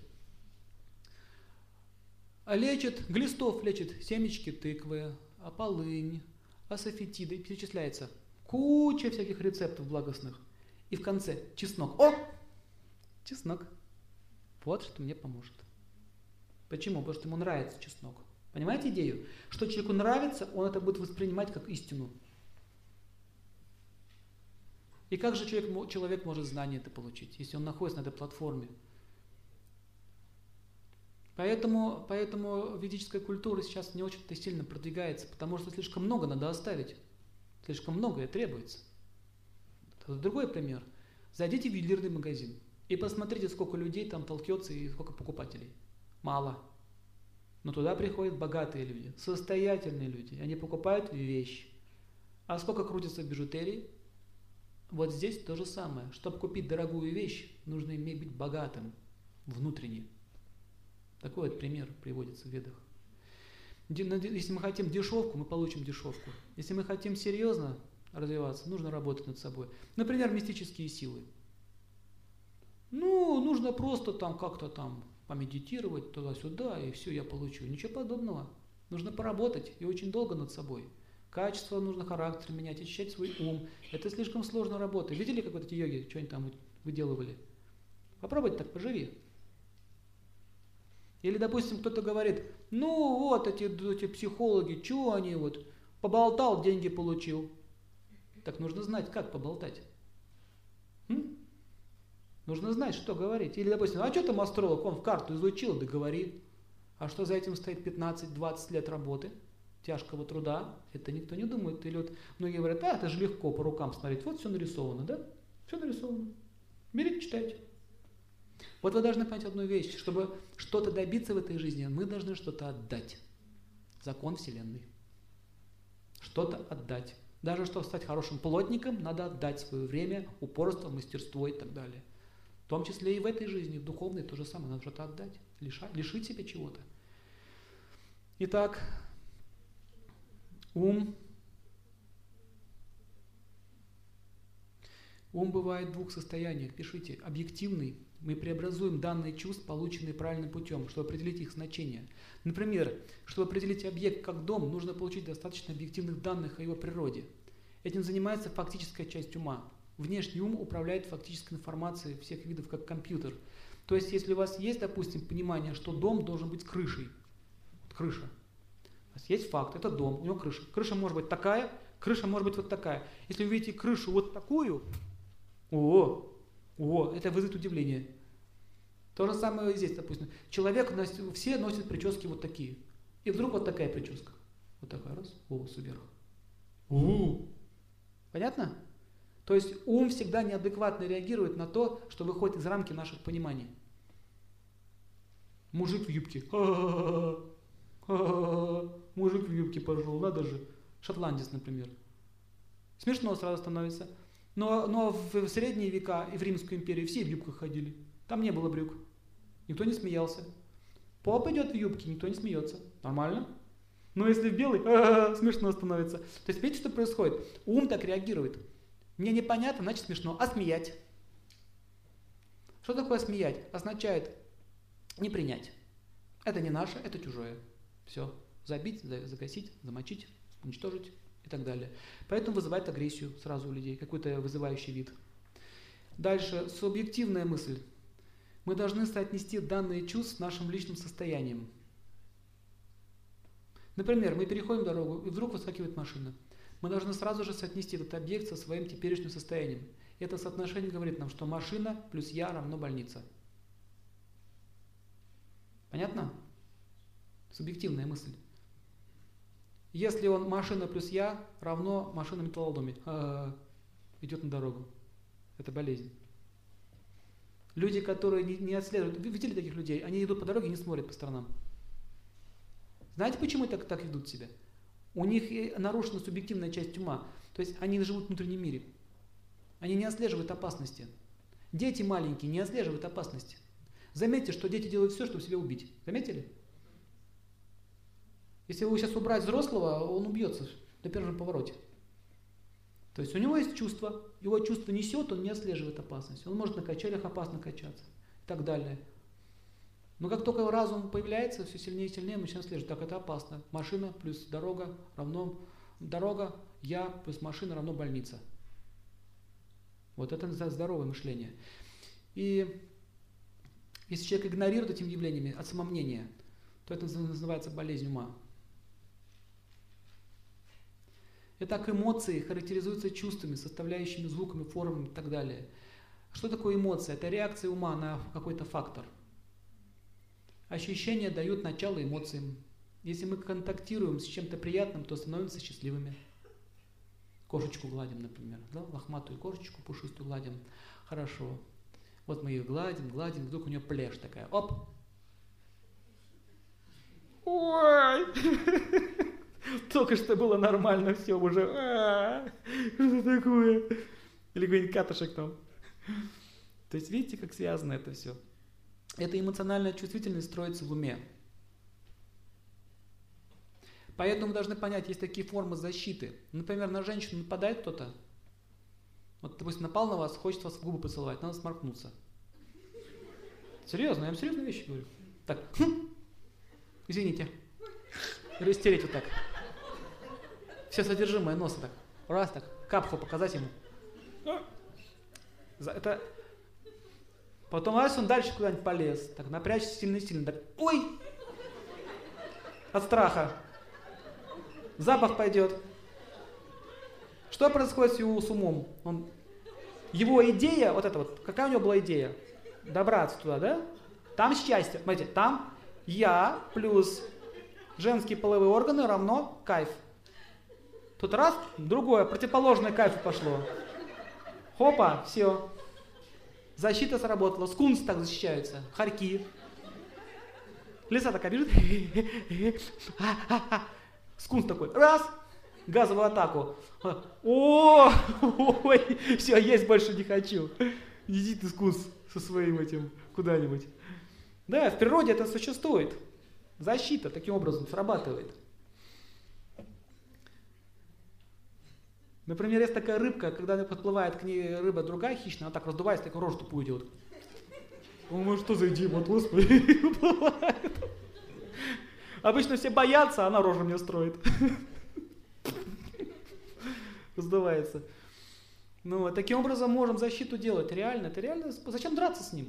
Лечит, глистов лечит семечки тыквы, полынь, асафетиды, перечисляется. Куча всяких рецептов благостных. И в конце чеснок. О! Чеснок. Вот что мне поможет. Почему? Потому что ему нравится чеснок. Понимаете идею? Что человеку нравится, он это будет воспринимать как истину. И как же человек, человек может знание это получить, если он находится на этой платформе? Поэтому, поэтому ведическая культура сейчас не очень-то сильно продвигается, потому что слишком много надо оставить. Слишком многое требуется. Это другой пример. Зайдите в ювелирный магазин и посмотрите, сколько людей там толкется и сколько покупателей. Мало. Но туда приходят богатые люди, состоятельные люди. Они покупают вещь. А сколько крутится в бижутерии? Вот здесь то же самое. Чтобы купить дорогую вещь, нужно иметь быть богатым внутренне. Такой вот пример приводится в ведах. Если мы хотим дешевку, мы получим дешевку. Если мы хотим серьезно развиваться, нужно работать над собой. Например, мистические силы. Ну, нужно просто там как-то там помедитировать туда-сюда, и все, я получу. Ничего подобного. Нужно поработать, и очень долго над собой. Качество нужно, характер менять, очищать свой ум. Это слишком сложная работа. Видели, как вот эти йоги что-нибудь там выделывали? Попробуйте так, поживи. Или, допустим, кто-то говорит: ну вот эти, эти психологи, что они вот, поболтал, деньги получил. Так нужно знать, как поболтать. М? Нужно знать, что говорить. Или, допустим, а что там астролог, он в карту изучил, да говорит. А что за этим стоит пятнадцать-двадцать лет работы, тяжкого труда, это никто не думает. Или вот многие говорят: а, это же легко по рукам смотреть, вот все нарисовано, да? Все нарисовано. Берите, читайте. Вот вы должны понять одну вещь, чтобы что-то добиться в этой жизни, мы должны что-то отдать. Закон Вселенной. Что-то отдать. Даже чтобы стать хорошим плотником, надо отдать свое время, упорство, мастерство и так далее. В том числе и в этой жизни, в духовной, то же самое, надо что-то отдать, лишать, лишить себя чего-то. Итак, ум. Ум бывает в двух состояниях. Пишите: объективный. Мы преобразуем данные чувств, полученные правильным путем, чтобы определить их значение. Например, чтобы определить объект как дом, нужно получить достаточно объективных данных о его природе. Этим занимается фактическая часть ума. Внешний ум управляет фактической информацией всех видов, как компьютер. То есть, если у вас есть, допустим, понимание, что дом должен быть крышей, вот крыша, Есть факт, это дом, у него крыша. Крыша может быть такая, крыша может быть вот такая. Если вы видите крышу вот такую, о, о, это вызовет удивление. То же самое и здесь, допустим. Человек, все носят прически вот такие. И вдруг вот такая прическа. Вот такая раз, волосы вверх. У-у-у. Понятно? То есть ум всегда неадекватно реагирует на то, что выходит из рамки наших пониманий. Мужик в юбке. Мужик в юбке пошел, надо же. Шотландец, например. Смешно сразу становится. Но, но в средние века и в Римскую империю все в юбках ходили. Там не было брюк. Никто не смеялся. Поп идет в юбке, никто не смеется. Нормально? Но если в белый, смешно становится. То есть видите, что происходит? Ум так реагирует. Мне непонятно, значит смешно. А смеять? Что такое смеять? Означает не принять. Это не наше, это чужое. Все. Забить, загасить, замочить, уничтожить и так далее. Поэтому вызывает агрессию сразу у людей, какой-то вызывающий вид. Дальше, субъективная мысль. Мы должны соотнести данные чувств с нашим личным состоянием. Например, мы переходим дорогу, и вдруг выскакивает машина. Мы должны сразу же соотнести этот объект со своим теперешним состоянием. И это соотношение говорит нам, что машина плюс я равно больница. Понятно? Субъективная мысль. Если он машина плюс я равно машина в металлоломе, а-а-а, идет на дорогу. Это болезнь. Люди, которые не, не отслеживают, вы видели таких людей? Они идут по дороге и не смотрят по сторонам. Знаете, почему так, так ведут себя? У них нарушена субъективная часть ума. То есть они живут в внутреннем мире. Они не отслеживают опасности. Дети маленькие не отслеживают опасности. Заметьте, что дети делают все, чтобы себя убить. Заметили? Если его сейчас убрать взрослого, он убьется на первом повороте. То есть у него есть чувство, его чувство несет, он не отслеживает опасность. Он может на качелях опасно качаться и так далее. Но как только разум появляется, все сильнее и сильнее мы начинаем отслеживать. Так, это опасно. Машина плюс дорога равно... Дорога, я плюс машина равно больница. Вот это называется здоровое мышление. И если человек игнорирует этими явлениями от самомнения, то это называется болезнь ума. Итак, эмоции характеризуются чувствами, составляющими звуками, формами и так далее. Что такое эмоция? Это реакция ума на какой-то фактор. Ощущения дают начало эмоциям. Если мы контактируем с чем-то приятным, то становимся счастливыми. Кошечку гладим, например. Да? Лохматую кошечку, пушистую гладим. Хорошо. Вот мы ее гладим, гладим, вдруг у нее плешь такая. Оп! Ой! Только что было нормально, все уже. Что такое? Или какой-нибудь катышек там. То есть видите, как связано это все? Эта эмоциональная чувствительность строится в уме. Поэтому вы должны понять, есть такие формы защиты. Например, на женщину нападает кто-то. Вот, допустим, напал на вас, хочет вас в губы поцеловать, надо сморкнуться. Серьезно, я вам серьезные вещи говорю. Так, хм, извините. И растереть вот так. Все содержимое носа так. Раз так, капху показать ему. Это... Потом раз он дальше куда-нибудь полез. Так, напрячься сильно-сильно. Так, ой! От страха. Запах пойдет. Что происходит с его с умом? Он... Его идея, вот это вот, какая у него была идея? Добраться туда, да? Там счастье. Смотрите, там я плюс женские половые органы равно кайф. Тут раз, другое, противоположное кайфу пошло. Хопа, все. Защита сработала. Скунсы так защищаются. Хорьки. Лиса такая бежит. Скунс такой. Раз. Газовую атаку. О, ой, все, есть больше не хочу. Иди ты, скунс, со своим этим куда-нибудь. Да, в природе это существует. Защита таким образом срабатывает. Например, есть такая рыбка, когда подплывает к ней рыба другая хищная, она так раздувается, так рожу тупую делает. Ну что за идиот, господи, уплывает. Обычно все боятся, а она рожу мне строит. Раздувается. Ну, таким образом можем защиту делать. Реально, это реально. Зачем драться с ним?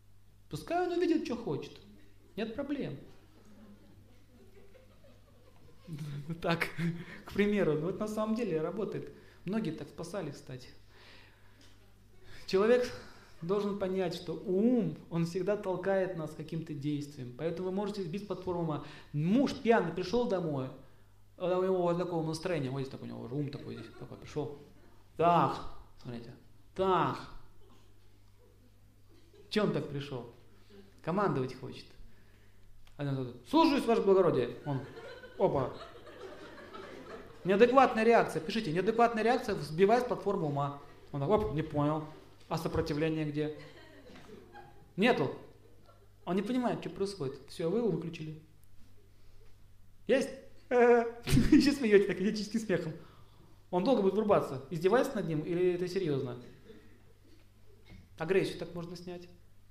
Пускай он увидит, что хочет. Нет проблем. Так, к примеру. Но это на самом деле работает. Многие так спасали, кстати. Человек должен понять, что ум, он всегда толкает нас к каким-то действиям. Поэтому вы можете сбить платформу. Муж пьяный пришел домой, у него вот такого настроения, вот здесь такой, у него уже ум такой здесь, такой пришел. Так, смотрите, так. Че он так пришел? Командовать хочет. Слушаюсь, ваше благородие. Он, опа. Неадекватная реакция, пишите, неадекватная реакция сбивает с платформы ума. Он так, оп, не понял. А сопротивление где? Нету. Он не понимает, что происходит. Все, вы его выключили. Есть? Еще смеетесь так идиотическим смехом. Он долго будет врубаться. Издевается над ним или это серьезно? Агрессию так можно снять.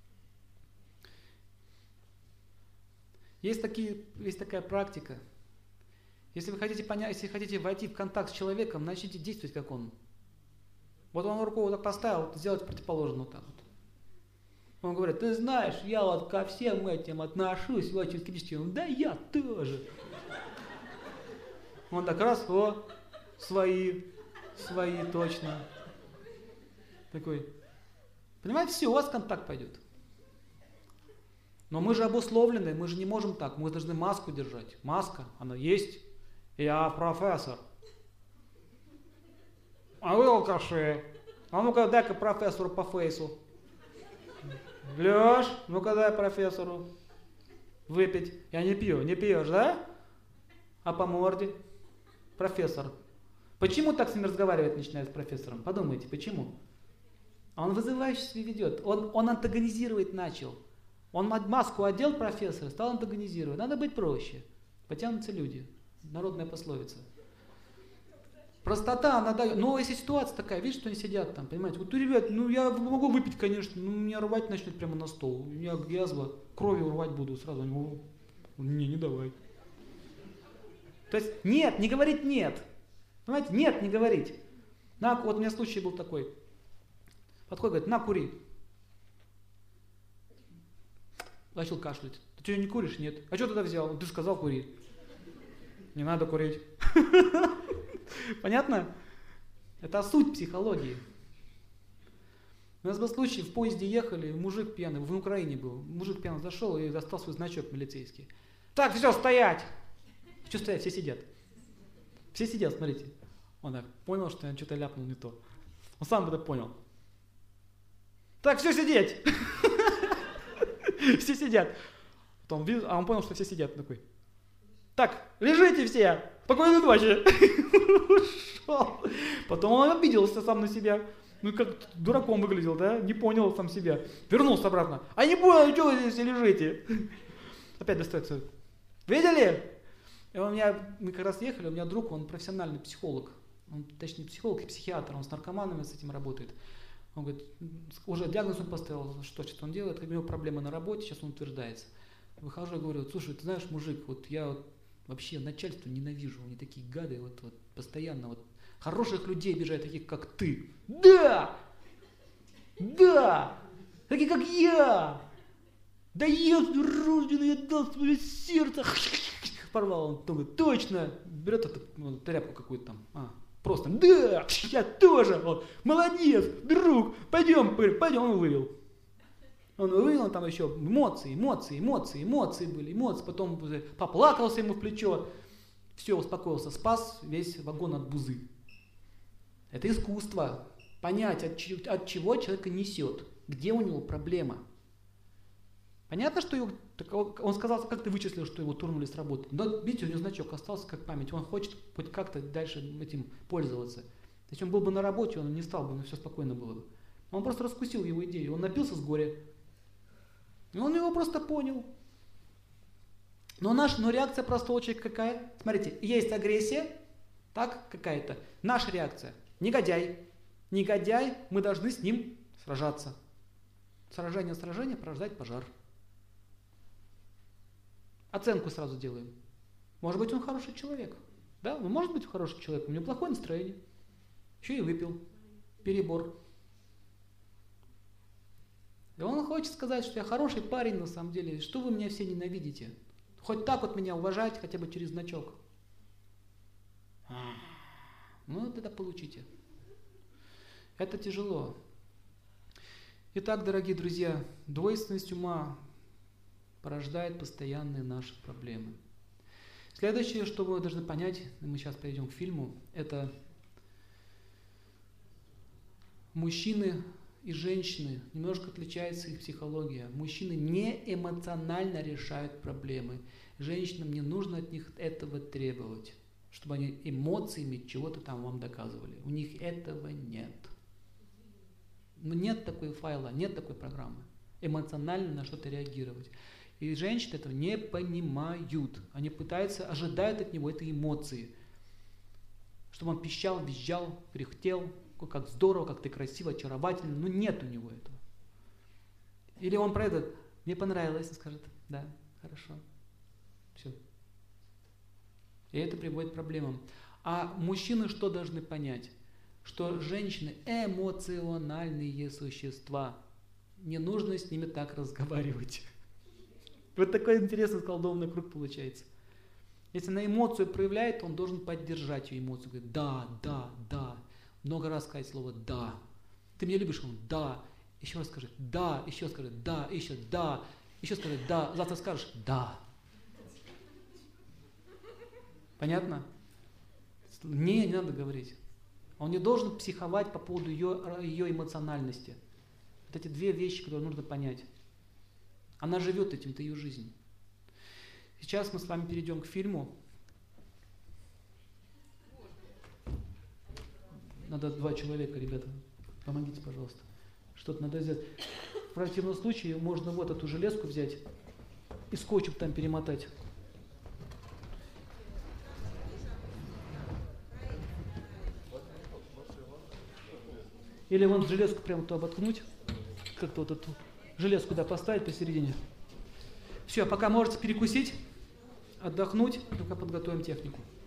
Есть, такие, есть такая практика. Если вы хотите понять, если хотите войти в контакт с человеком, начните действовать как он. Вот он руку вот так поставил, вот сделать противоположно вот так вот. Он говорит, ты знаешь, я вот ко всем этим отношусь очень критически. Он, да я тоже. Он так раз, о, свои, свои точно. Такой, понимаете, все, у вас контакт пойдет. Но мы же обусловлены, мы же не можем так, мы должны маску держать. Маска, она есть. Я профессор. А вы алкаши. А ну-ка дай-ка профессору по фейсу. Леш, ну-ка дай профессору выпить. Я не пью, не пьешь, да? А по морде? Профессор. Почему так с ним разговаривать начинает с профессором? Подумайте, почему? Он вызывающе себя ведет. Он, он антагонизировать начал. Он маску одел профессора, стал антагонизировать. Надо быть проще. Потянутся люди. Народная пословица. Простота, она дает. Но если ситуация такая, видишь, что они сидят там, понимаете, вот, ребят, ну я могу выпить, конечно, но меня рвать начнет прямо на стол. У меня язва, кровью рвать буду сразу. Они, не, не давай. То есть нет, не говорить нет. Понимаете, нет, не говорить. На, вот у меня случай был такой. Подходит, говорит, на, кури. Начал кашлять. Ты что, не куришь? Нет. А что тогда взял? Ты же сказал, кури. Не надо курить. Понятно? Это суть психологии. У нас был случай, в поезде ехали, мужик пьяный, в Украине был, мужик пьяный зашел и достал свой значок милицейский. Так, все, стоять! Что стоять? Все сидят. Все сидят, смотрите. Он так понял, что я что-то ляпнул не то. Он сам это понял. Так, все сидеть! Все сидят. Потом, а он понял, что все сидят. Такой. Так, лежите все! Спокойной ночи! Ушел. Потом он обиделся сам на себя. Ну, как дураком выглядел, да? Не понял сам себя. Вернулся обратно. А не понял, что вы здесь лежите? Опять достает свой. Видели? И у меня, мы как раз ехали, у меня друг, он профессиональный психолог. Он, точнее, психолог и психиатр. Он с наркоманами с этим работает. Он говорит, уже диагноз он поставил, что сейчас он делает, у него проблемы на работе, сейчас он утверждается. Выхожу и говорю, слушай, ты знаешь, мужик, вот я вот вообще начальство ненавижу, они такие гады, вот, вот постоянно вот хороших людей обижают, таких как ты. Да! Да! Такие как я! Да я родину, я дал свое сердце. Порвал он, говорит, точно! Берет эту ну, тряпку какую-то там. А, просто, да, я тоже, вот, молодец, друг, пойдем, пойдем, он вывел. Он вывел, там еще эмоции, эмоции, эмоции, эмоции были, эмоции, потом поплакался ему в плечо, все, успокоился, спас весь вагон от бузы. Это искусство, понять, от, от чего человека несет, где у него проблема. Понятно, что его, он сказал, как ты вычислил, что его турнули с работы. Но видите, у него значок остался как память, он хочет хоть как-то дальше этим пользоваться. Если он был бы на работе, он не стал бы, но все спокойно было бы. Он просто раскусил его идею, он напился с горя. И он его просто понял. Но, наш, но реакция простого человека какая? Смотрите, есть агрессия, так, какая-то. Наша реакция. Негодяй. Негодяй, мы должны с ним сражаться. Сражение, сражение, порождать пожар. Оценку сразу делаем. Может быть, он хороший человек. Да, он может быть хороший человек, у него плохое настроение. Еще и выпил. Перебор. И он хочет сказать, что я хороший парень на самом деле. Что вы меня все ненавидите? Хоть так вот меня уважать, хотя бы через значок. Ну, тогда получите. Это тяжело. Итак, дорогие друзья, двойственность ума порождает постоянные наши проблемы. Следующее, что вы должны понять, мы сейчас перейдем к фильму, это мужчины и женщины, немножко отличается их психология. Мужчины не эмоционально решают проблемы. Женщинам не нужно от них этого требовать, чтобы они эмоциями чего-то там вам доказывали. У них этого нет. Но нет такой файла, нет такой программы. Эмоционально на что-то реагировать. И женщины этого не понимают. Они пытаются, ожидают от него этой эмоции. Чтобы он пищал, визжал, кряхтел, как здорово, как ты красиво, очаровательно. Но нет у него этого. Или он пройдет, мне понравилось, он скажет, да, хорошо. Все. И это приводит к проблемам. А мужчины что должны понять? Что женщины эмоциональные существа. Не нужно с ними так разговаривать. Вот такой интересный колдовный круг получается. Если она эмоцию проявляет, он должен поддержать ее эмоцию. Говорит, да, да, да. Много раз сказать слово «да». Ты меня любишь? Он «да». Еще раз скажи «да», еще скажи «да», еще «да», еще скажи «да». Завтра скажешь «да». Понятно? Не, не надо говорить. Он не должен психовать по поводу ее, ее эмоциональности. Вот эти две вещи, которые нужно понять. Она живет этим, это ее жизнь. Сейчас мы с вами перейдем к фильму. Надо два человека, ребята. Помогите, пожалуйста. Что-то надо сделать. В противном случае можно вот эту железку взять и скотчем там перемотать. Или вон железку прямо туда воткнуть, как-то вот эту железку туда поставить посередине. Все, пока можете перекусить, отдохнуть, пока подготовим технику.